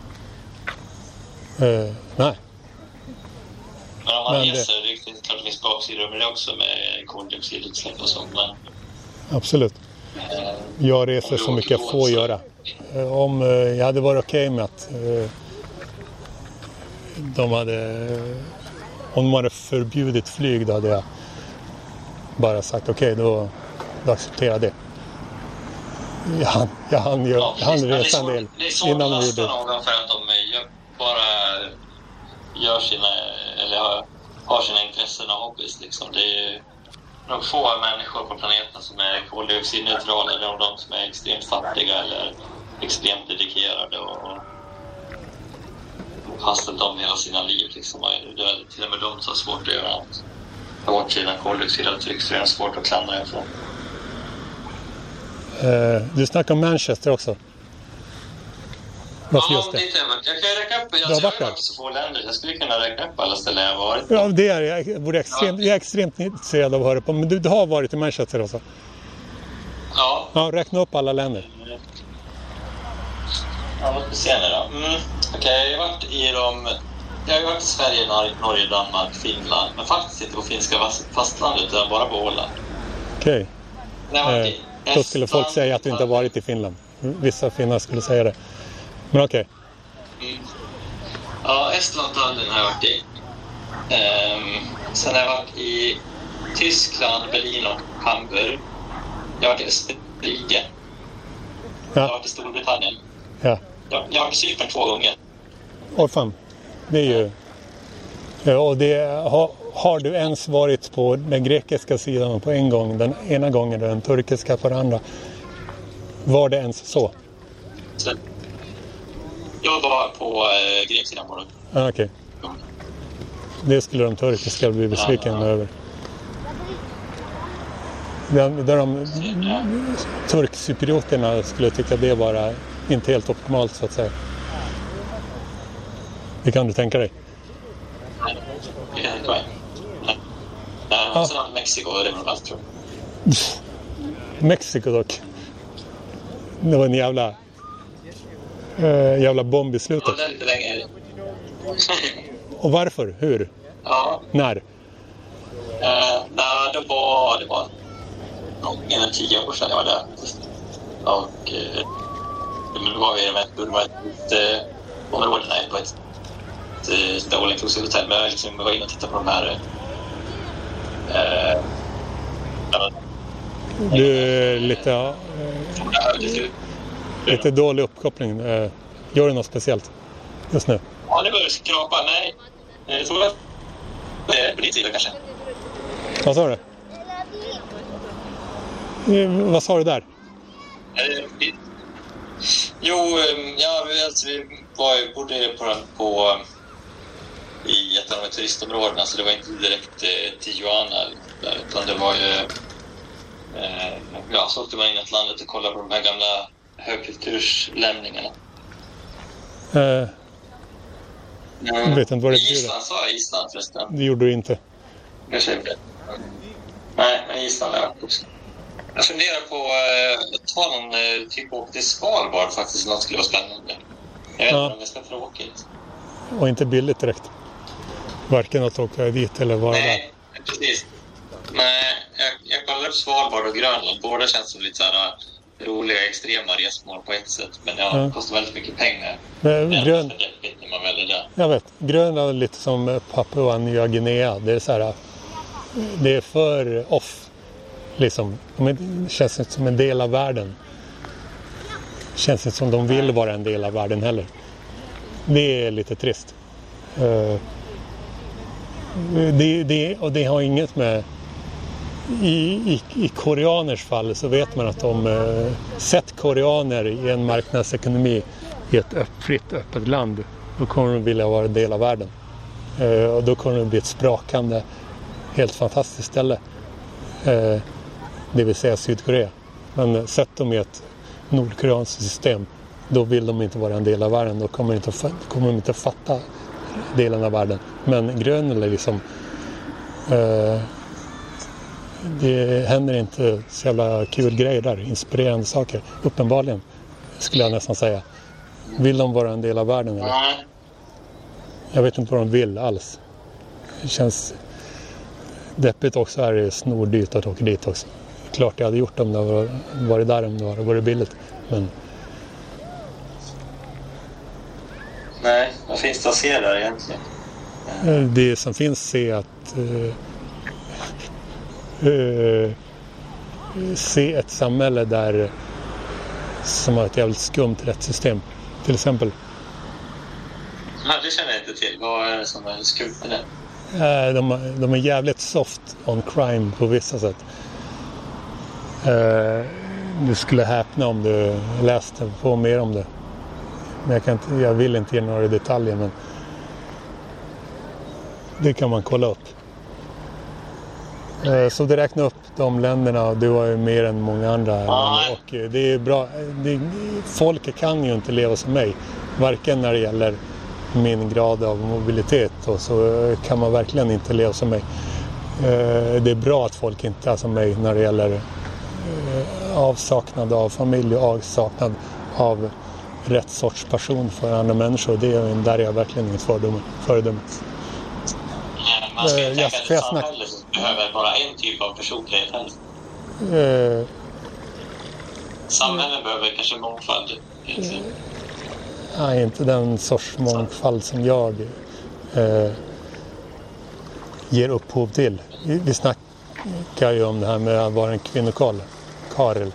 Nej. Men om man reser riktigt, klart det finns baksidor med det också med koldioxidutsläpp och sånt. Men... Absolut. Jag reser så mycket jag får göra. Om jag hade varit okej med att om de hade förbjudit flyg, då hade jag bara sagt okej, då accepterar jag det. Jag hann resa en del innan vi gjorde det. Någon för att de bara gör sina, eller har sina intressen och hobbys liksom. Det är ju nog få människor på planeten som är koldioxidneutrala, eller de som är extremt fattiga eller extremt dedikerade och hastat dem hela sina liv liksom. Det är till och med de som har svårt att göra allt. Ta bort sina koldioxidavtryck, så är det svårt att klandra ifrån. Du snackar om Manchester också. Varför just det? Jag kan räcka upp. Jag har varit så få länder. Jag skulle kunna räkna upp alla ställen jag har varit på. Ja, det är jag. Jag är extremt intresserad av att höra på. Men du har varit i Manchester också? Ja. Ja, räkna upp alla länder. Ja, låt mig se nu då. Okej, jag har varit i Sverige, Norge, Danmark, Finland. Men faktiskt inte på finska fastlandet, utan bara på Åland. Okej. Då skulle folk säga att du inte har varit i Finland. Vissa finnar skulle säga det. Men okej. Ja, Estland och Tallinn har jag varit i. Sen har jag varit i Tyskland, Berlin och Hamburg. Jag har varit i Österrike. Jag har varit i Storbritannien. Ja. Jag har varit i Cypern 2 gånger. Åh fan. Det är ju... Ja, och har du ens varit på den grekiska sidan på en gång, den ena gången och den turkiska på den andra? Var det ens så? Jag var på greksidan på det. Okej. Det skulle de turkiska bli besviken över. Där de turkcyprioterna skulle tycka det var inte helt optimalt så att säga. Det kan du tänka dig? Ja, sen Mexiko är det nog allt, tror jag. Mexiko dock. Det var en jävla bomb i slutet. Ja, lite länge. Och varför? Hur? Ja. När? Det var nog 10 år sedan jag var där. Och då var vi med ett område på ett all inclusive hotell. Men liksom, vi var inne och tittade på de här du är lite dålig uppkoppling. Gör du något speciellt just nu? Ja, nu börjar det skrapa. Nej, jag tror att det är på din sida kanske. Vad sa du? Vad sa du där? Vi bodde i ett av de turistområdena, så det var inte direkt Tijuana där, utan det var ju så åkte man in i landet och kollade på de här gamla högkulturslämningarna. Jag vet inte vad det betyder. Island, sa jag Island förresten? Det gjorde du inte. Kanske inte. Nej, men Island är också. Jag funderar på att ta någon typ åka till Svalbard faktiskt, något skulle vara spännande. Jag vet inte om det ska för åkigt. Och inte billigt direkt. Varken att åka dit eller vara där. Nej, precis. Nej, jag kollar upp Svalbard och Grönland. Båda känns som lite så här roliga, extrema resmål på ett sätt. Men det kostar väldigt mycket pengar. När man väljer det. Jag vet. Grönland är lite som Papua Nya Guinea. Det är så här, det är för off. Liksom. Det känns inte som en del av världen. Det känns inte som de vill vara en del av världen heller. Det är lite trist. Det har inget med... I koreaners fall så vet man att de sett koreaner i en marknadsekonomi i ett fritt, öppet land. Då kommer de vilja vara en del av världen. Och då kommer det bli ett sprakande, helt fantastiskt ställe. Det vill säga Sydkorea. Men sett dem i ett nordkoreanskt system, då vill de inte vara en del av världen. Då kommer de inte fatta delen av världen. Men Grönland är liksom... det händer inte så jävla kul grejer där. Inspirerande saker. Uppenbarligen, skulle jag nästan säga. Vill de vara en del av världen? Eller? Jag vet inte vad de vill alls. Det känns deppigt också. Är det snordyrt att åka dit också. Klart jag hade gjort om det varit där, om det hade varit billigt. Men... Nej, vad finns det att se där egentligen? Det som finns att se att se ett samhälle där som har ett jävligt skumt rättssystem till exempel. Nej, det känner jag inte till. Vad är det som är skumt med det? De är jävligt soft on crime på vissa sätt. Du skulle häpna om du läste på mer om det. Men jag vill inte ge några detaljer, men det kan man kolla upp. Så det räknar upp de länderna, och du har ju mer än många andra länder. Och det är bra. Folket kan ju inte leva som mig. Varken när det gäller min grad av mobilitet, och så kan man verkligen inte leva som mig. Det är bra att folk inte är som mig när det gäller avsaknad av familj och avsaknad av rätt sorts person för andra människor. Det är där jag verkligen inget föredöme. Man ska ju tänka att ett samhälle behöver bara en typ av personlighet heller. Samhället behöver kanske mångfald. Nej, inte den sorts mångfald som jag ger upphov till. Vi snackar ju om det här med att vara en kvinnokarl. Karel.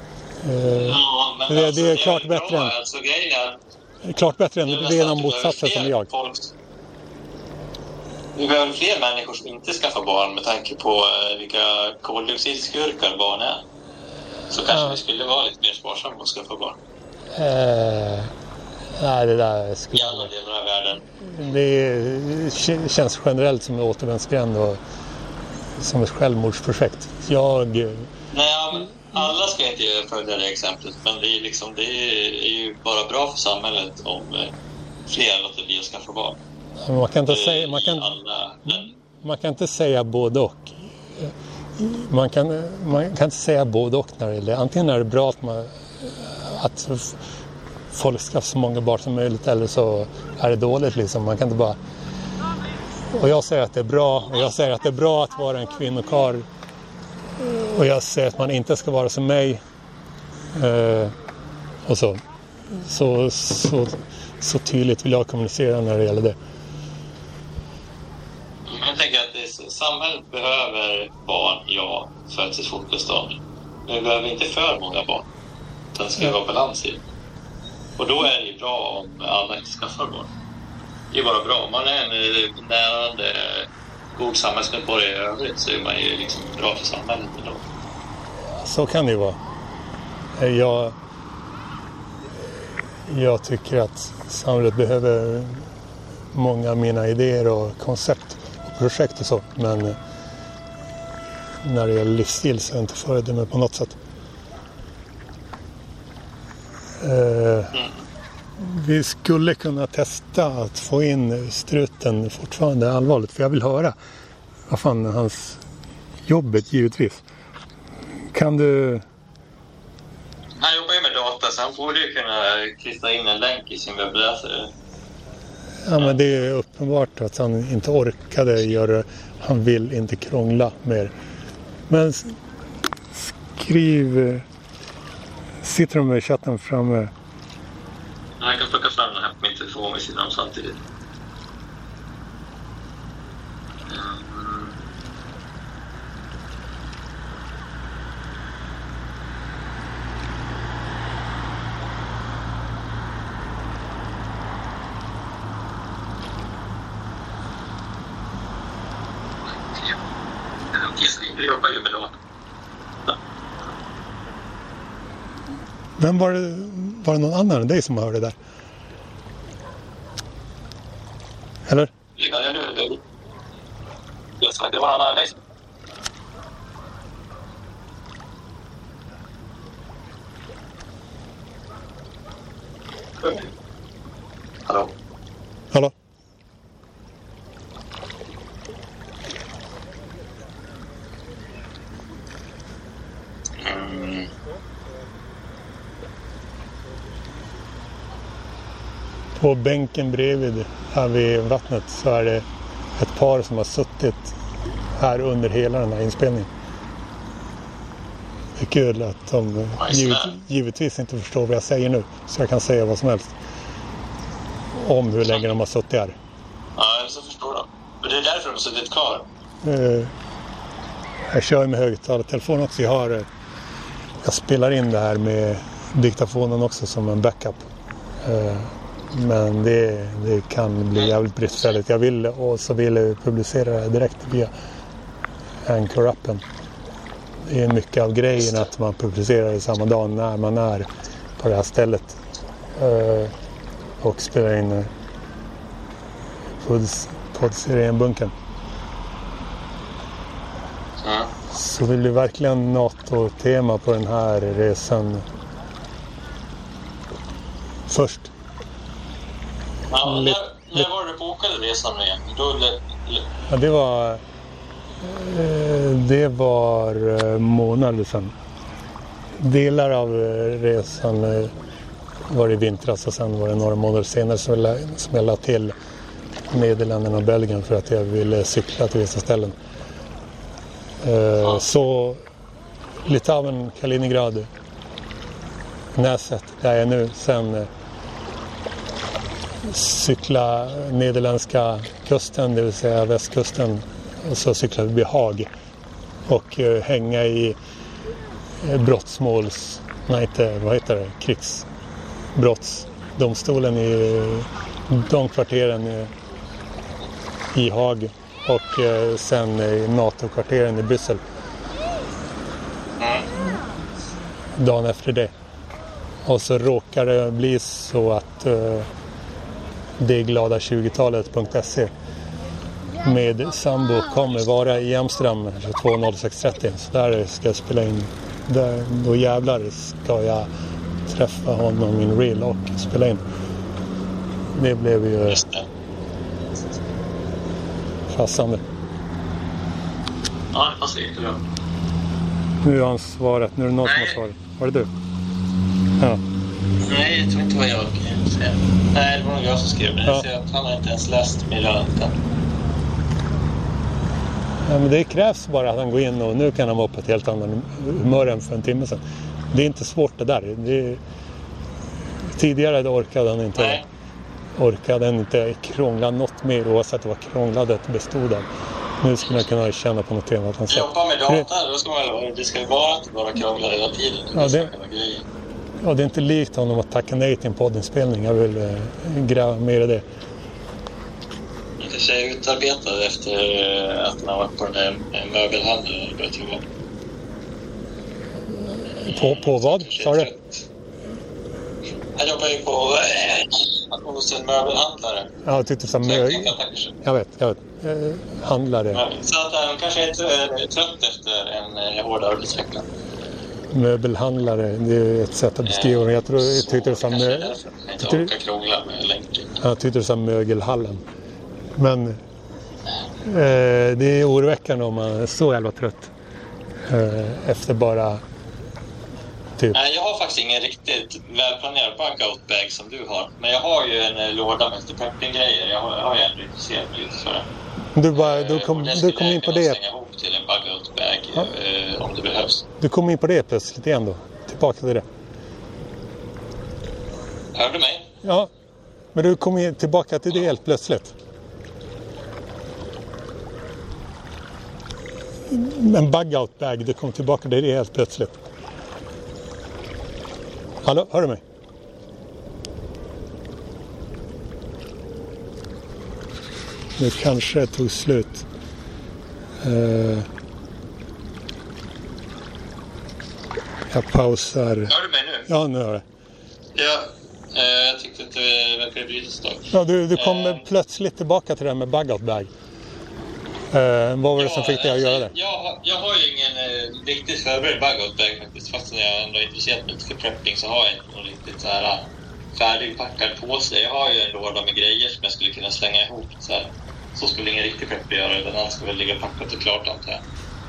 Det är klart bättre än... Alltså, klart bättre än rena motsatsen som jag. Vi behöver fler människor som inte skaffar barn med tanke på vilka koldioxidskurkar barn är. Så kanske vi skulle vara lite mer sparsamma och skaffa barn. Nej, det där skulle... I alla delar av världen. Det känns generellt som en återvändsgränd och som ett självmordsprojekt. Nej, men alla ska inte följa det exemplet, men det är ju bara bra för samhället om fler låter bli att skaffa barn. Man kan inte säga både och. Man kan inte säga både och när det gäller. Antingen är det bra att folk ska så många barn som möjligt, eller så är det dåligt liksom. Man kan inte bara... Och jag säger att det är bra, och jag säger att det är bra att vara en kvinnokarl, och jag säger att man inte ska vara som mig, och så tydligt vill jag kommunicera när det gäller det. Jag tänker att samhället behöver barn, ja, för sitt fortbestånd. Men vi behöver inte för många barn. Det ska vara balans i. Och då är det ju bra om alla inte skaffar barn. Det är bara bra. Om man är en närande god samhällsmedborgare i övrigt, så är man ju liksom bra för samhället ändå. Så kan det ju vara. Jag tycker att samhället behöver många av mina idéer och koncept och projekt och så. Men när det gäller livsstil så är jag inte föredöme på något sätt. Vi skulle kunna testa att få in struten fortfarande allvarligt. För jag vill höra vad fan hans jobbet givetvis. Kan du... Han jobbar ju med data, så han borde ju kunna klistra in en länk i sin webbläsare. Ja, men det är uppenbart att han inte orkade göra. Han vill inte krångla mer. Men skriv... Sitter de med chatten framme? Jag kan plocka fram den här på min telefon vid sidan samtidigt. Jag jobbar ju med datorn. Men var det någon annan än dig som hörde det där? Eller? Ja, jag hörde det. Jag sa att det var någon annan än dig. Hallå? Hallå? På bänken bredvid här vid vattnet så är det ett par som har suttit här under hela den här inspelningen. Det är kul att de givetvis inte förstår vad jag säger nu, så jag kan säga vad som helst om hur länge de har suttit här. Ja, så förstår de. Men det är därför de har suttit kvar. Jag kör med högtalartelefon också. Jag spelar in det här med diktafonen också som en backup. Men det kan bli jävligt bristfälligt. Jag vill publicera det direkt via Anchor-appen. Det är mycket av grejen att man publicerar det samma dag när man är på det här stället. Och spelar in poddserien Bunkern. Så det blir verkligen NATO-tema på den här resan först. Ja, när var du bokade resan igen? Ja, det var månader sedan. Delar av resan var i vintras och sen var det några månader senare som jag la till Nederländerna och Belgien för att jag ville cykla till vissa ställen. Så Litauen, Kaliningrad, Näset, där jag är nu, sen cykla nederländska kusten, det vill säga västkusten, och så cykla förbi Haag och hänga i krigsbrottsdomstolen i de kvarteren i Haag och sen i NATO-kvarteren i Bryssel dagen efter det. Och så råkar det bli så att det glada 20talet.se med sambo kommer vara i Amsterdam 22.06.30. Så där ska jag spela in. Då jävlar ska jag träffa honom in real och spela in. Det blev ju fassande. Ja, det passar jättebra. Nu har han svarat. Nu är det någon som har svarat. Var det du? Ja. Nej, jag tror inte vad jag säger. Nej, det var nog jag som skrev det. Ja. Så att han har inte ens läst meddelandet. Ja, men det krävs bara att han går in och nu kan han vara på ett helt annat humör än för en timme sedan. Det är inte svårt det där. Tidigare orkade han inte krångla något mer oavsett vad krångladet bestod av. Nu skulle jag kunna känna på något tema att han jobbar med data, då ska det ska ju vara inte bara krångla hela tiden. Det är inte likt honom att tacka nej till en poddinspelning. Jag vill gräva mer i det. Jag kanske är utarbetad efter att han har varit på den där möbelhandeln. På vad? Sa du? Han jobbar ju hos en möbelhandlare. Ja, jag tyckte jag vet. Handlare. Så att han kanske är trött efter en hård arbetsvecka. Möbelhandlare, det är ett sätt att beskriva det. Jag tyckte det sa mögelhallen. Men det är oroväckande om man är så jävla trött efter bara typ. Nej, jag har faktiskt ingen riktigt välplanerad bug-out-bag som du har. Men jag har ju en låda med lite prepping-grejer. Jag har ju ändå intresserat mig lite för det. Du kom in på det. Slänga ihop till en bug-out-bag om det behövs. Du kom in på det plötsligt igen då. Tillbaka till det. Hör du mig? Ja, men du kom tillbaka till det helt plötsligt. En bug-out-bag, du kom tillbaka till det helt plötsligt. Hallå, hör du mig? Nu kanske det tog slut. Jag pausar. Hör du mig nu? Ja, nu hör jag. Ja, jag tyckte att det verkade brytas då. Ja, du kom plötsligt tillbaka till det här med bug-out-bag. Vad var det som fick dig att göra det? Jag har ju ingen riktigt förberedd bug-out-bag faktiskt. Fast när jag ändå är intresserad mig för prepping så har jag inte någon riktigt så här färdigpackad påse. Jag har ju en låda med grejer som jag skulle kunna slänga ihop. Så skulle ingen riktig prepp göra, utan allt ska väl ligga packat och klart antar jag.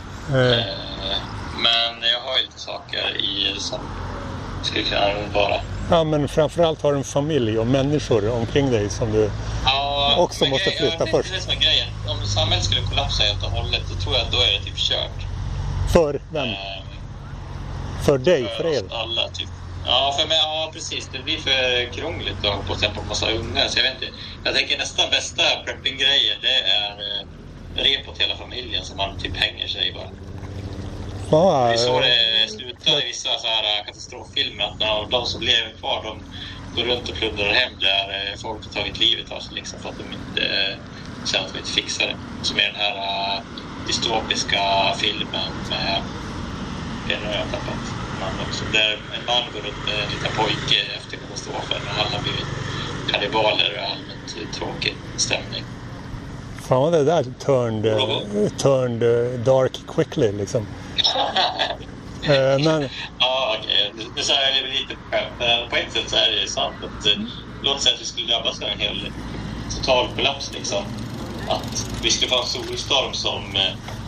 Men jag har ju lite saker i som skulle kunna vara. Ja, men framförallt har du en familj och människor omkring dig som du också måste flytta först. Det är som är grejen. Om samhället skulle kollapsa helt och hållet, då tror jag att då är det typ kört. För vem? För dig, för er? Alla typ. Ja, för mig, ja precis. Det blir för krångligt att hoppa på en massa ungar. Så jag vet inte. Jag tänker nästan bästa prepping-grejer, det är rep åt hela familjen som man typ hänger sig bara. Det är så det slutar i vissa så här katastroffilmer. Att när de som lever kvar, de går runt och plundrar hem där folk har tagit livet av sig liksom, för att de inte känner att de inte fixar det. Som är den här dystopiska filmen med en jag tappat. Där en man går runt med en liten pojke efter katastrofen och alla har blivit kannibaler och allmänt tråkig stämning. Fan vad det där turned dark quickly liksom. Men... Ja, okej. Det så här är det lite på ett sätt så är det sant att låt säga att vi skulle drabbas av en hel total kollaps liksom. Att vi skulle få en solstorm som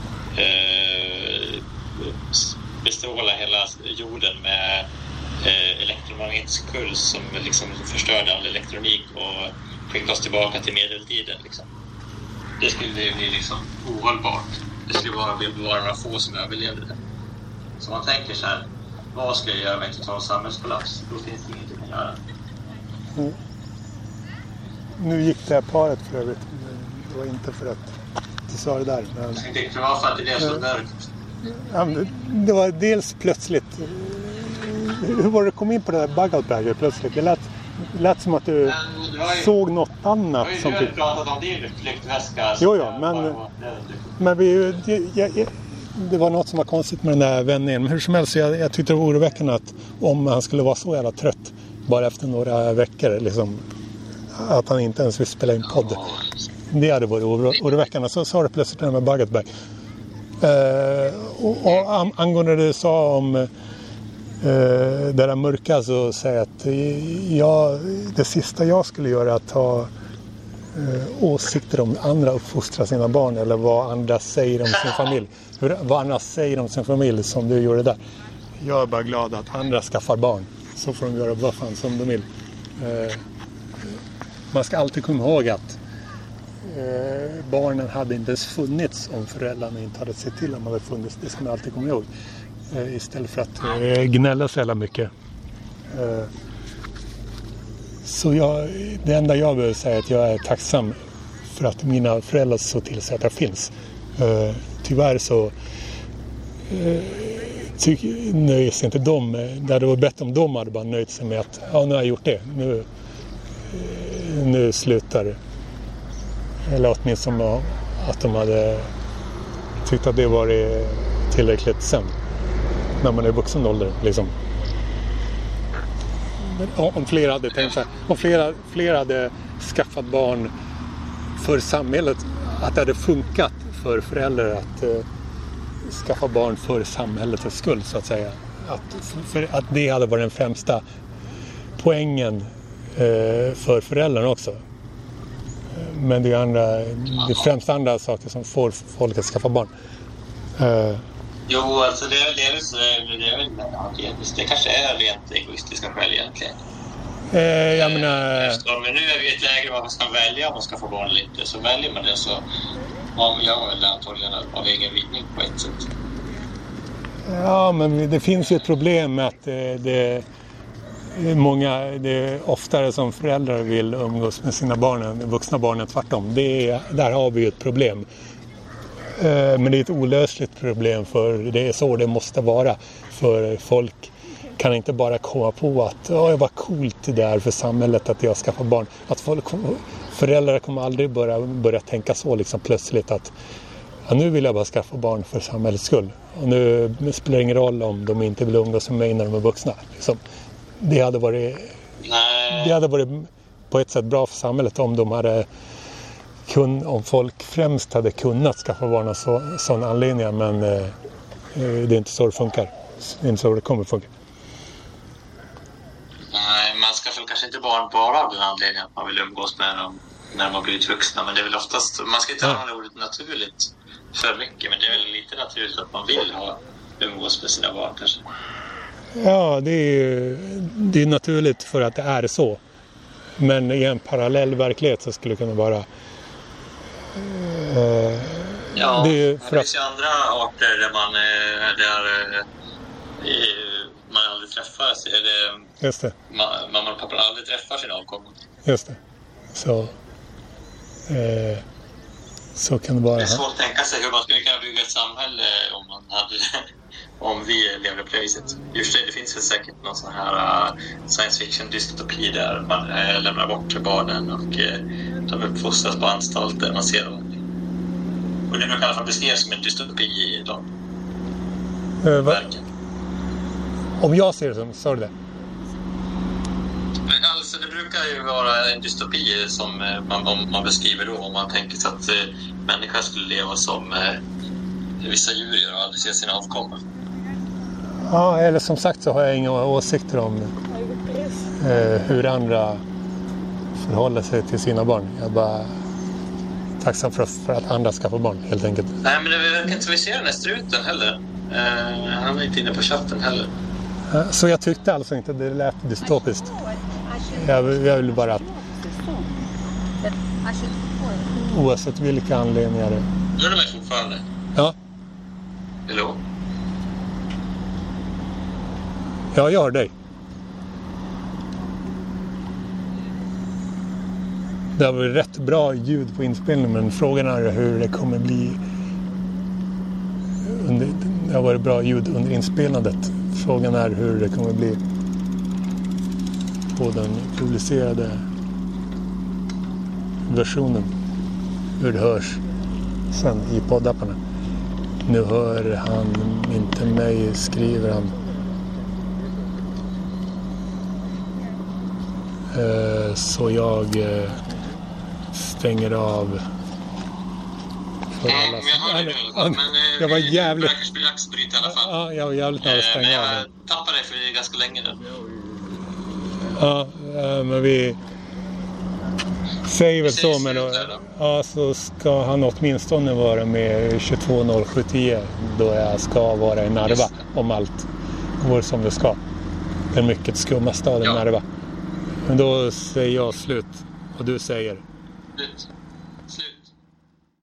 bestrålar hela jorden med elektromagnetisk puls som liksom förstörde all elektronik och skickade oss tillbaka till medeltiden liksom. Det skulle bli liksom ohållbart. Det skulle bara bli några få som överlevde det. Så man tänker så här, vad ska jag göra med en total samhällskollaps? Då finns det ingenting att göra. Nu gick det här paret för övrigt. Det var inte för att du sa det där. Men... Jag tänkte inte vara för att det är så mörkt. Det var dels plötsligt. Hur var det kom in på det där bug-out-baget plötsligt? Det lät som att du såg något annat. Du har ju pratat om din flyktväska. Jo, men det var något som var konstigt med den där vändningen. Men hur som helst, jag tyckte det var oroväckande att om han skulle vara så jävla trött bara efter några veckor, liksom, att han inte ens vill spela in podd. Det hade varit oroväckande. Så sa det plötsligt med Baggetberg. Och angående det du sa om det där mörka, så säger jag att det sista jag skulle göra är att ta åsikter om andra uppfostra sina barn eller vad andra säger om sin familj. Vad andra säger om sin familj som du gjorde där. Jag är bara glad att andra skaffar barn. Så får de göra vad fan som de vill. Man ska alltid komma ihåg att barnen hade inte ens funnits om föräldrarna inte hade sett till att de hade funnits. Det ska man alltid komma ihåg. Istället för att gnälla så jävla mycket. Så det enda jag vill säga är att jag är tacksam för att mina föräldrar så till sig att det finns. Tyvärr så nöjer sig inte de. Det hade varit bättre om de hade bara nöjt sig med att nu har jag gjort det. Nu slutar det. Eller åtminstone att de hade tyckt att det var tillräckligt sen. När man är vuxen ålder liksom. Om flera hade tänkt så här, om flera hade skaffat barn för samhället, att det hade funkat för föräldrar att skaffa barn för samhällets skull, så att säga. Att det hade varit den främsta poängen för föräldrarna också. Men det är främst andra saker som får folk att skaffa barn. Jo, alltså det kanske är rent egoistiska skäl egentligen. Jag menar... Men nu är vi i ett läge där man ska välja om man ska få barn eller inte. Så väljer man det så man vill ha väl antagligen av egen vinning på ett sätt. Ja, men det finns ju ett problem med att det är oftare som föräldrar vill umgås med sina barn, vuxna barnen tvärtom. Där har vi ju ett problem. Men det är ett olösligt problem, för det är så det måste vara. För folk kan inte bara komma på att det var coolt det där för samhället att jag skaffar barn. Att föräldrar kommer aldrig börja tänka så liksom plötsligt att nu vill jag bara skaffa barn för samhällets skull. Och nu spelar det ingen roll om de inte vill umgås med mig när de är vuxna. Liksom. Det hade varit på ett sätt bra för samhället om folk främst hade kunnat skaffa barn av sådana anledningar, men det är inte så det funkar. Det är inte så det kommer funka. Nej, man skaffar kanske inte barn bara av den anledningen att man vill umgås med dem när de har blivit vuxna, men det är väl oftast, man ska inte använda ordet naturligt för mycket, men det är väl lite naturligt att man vill umgås med sina barn kanske. Ja, det är naturligt för att det är så. Men i en parallell verklighet så skulle det kunna vara... det finns ju andra arter där man aldrig träffas. Just det. Mamma och pappa aldrig träffar sin avkomma. Just det. Så kan det vara. Det är svårt att tänka sig hur man skulle kunna bygga ett samhälle om vi levde på det viset. Just det finns väl säkert någon sån här science fiction dystopi där man lämnar bort barnen och de uppfostras på anstalter. Man ser dem. Och det brukar i alla fall beskrivas som en dystopi i de verken. Om jag ser det som, sa du det? Alltså det brukar ju vara en dystopi som man beskriver då, om man tänker sig att människor skulle leva som vissa djur gör och aldrig se sina avkommor. Ja, eller som sagt så har jag inga åsikter om hur andra förhåller sig till sina barn. Jag är bara tacksam för att andra ska få barn, helt enkelt. Nej, men det verkar inte som vi ser den här struten heller. Han är inte inne på chatten heller. Så jag tyckte alltså inte det lät dystopiskt. Jag vill bara att oavsett vilka anledningar det. Hör du mig fortfarande? Ja. Hello? Ja, jag hör dig. Det har varit rätt bra ljud på inspelningen, men frågan är hur det kommer bli. Det har varit bra ljud under inspelandet. Frågan är hur det kommer bli på den publicerade versionen. Hur det hörs sen i poddapparna. Nu hör han inte mig, skriver han. Så jag stänger av. Men jag hörde det i alla fall. Men jag var jävligt... Vi bryter i alla fall. Ja, jag var jävligt nära att stänga av. Men jag tappade det för ganska länge nu. Ja, men vi säger väl så, men då, ja, så ska han åtminstone vara med 22.07.10 då jag ska vara i Narva om allt går som det ska. Den mycket skumma staden Narva. Men då säger jag slut och du säger slut.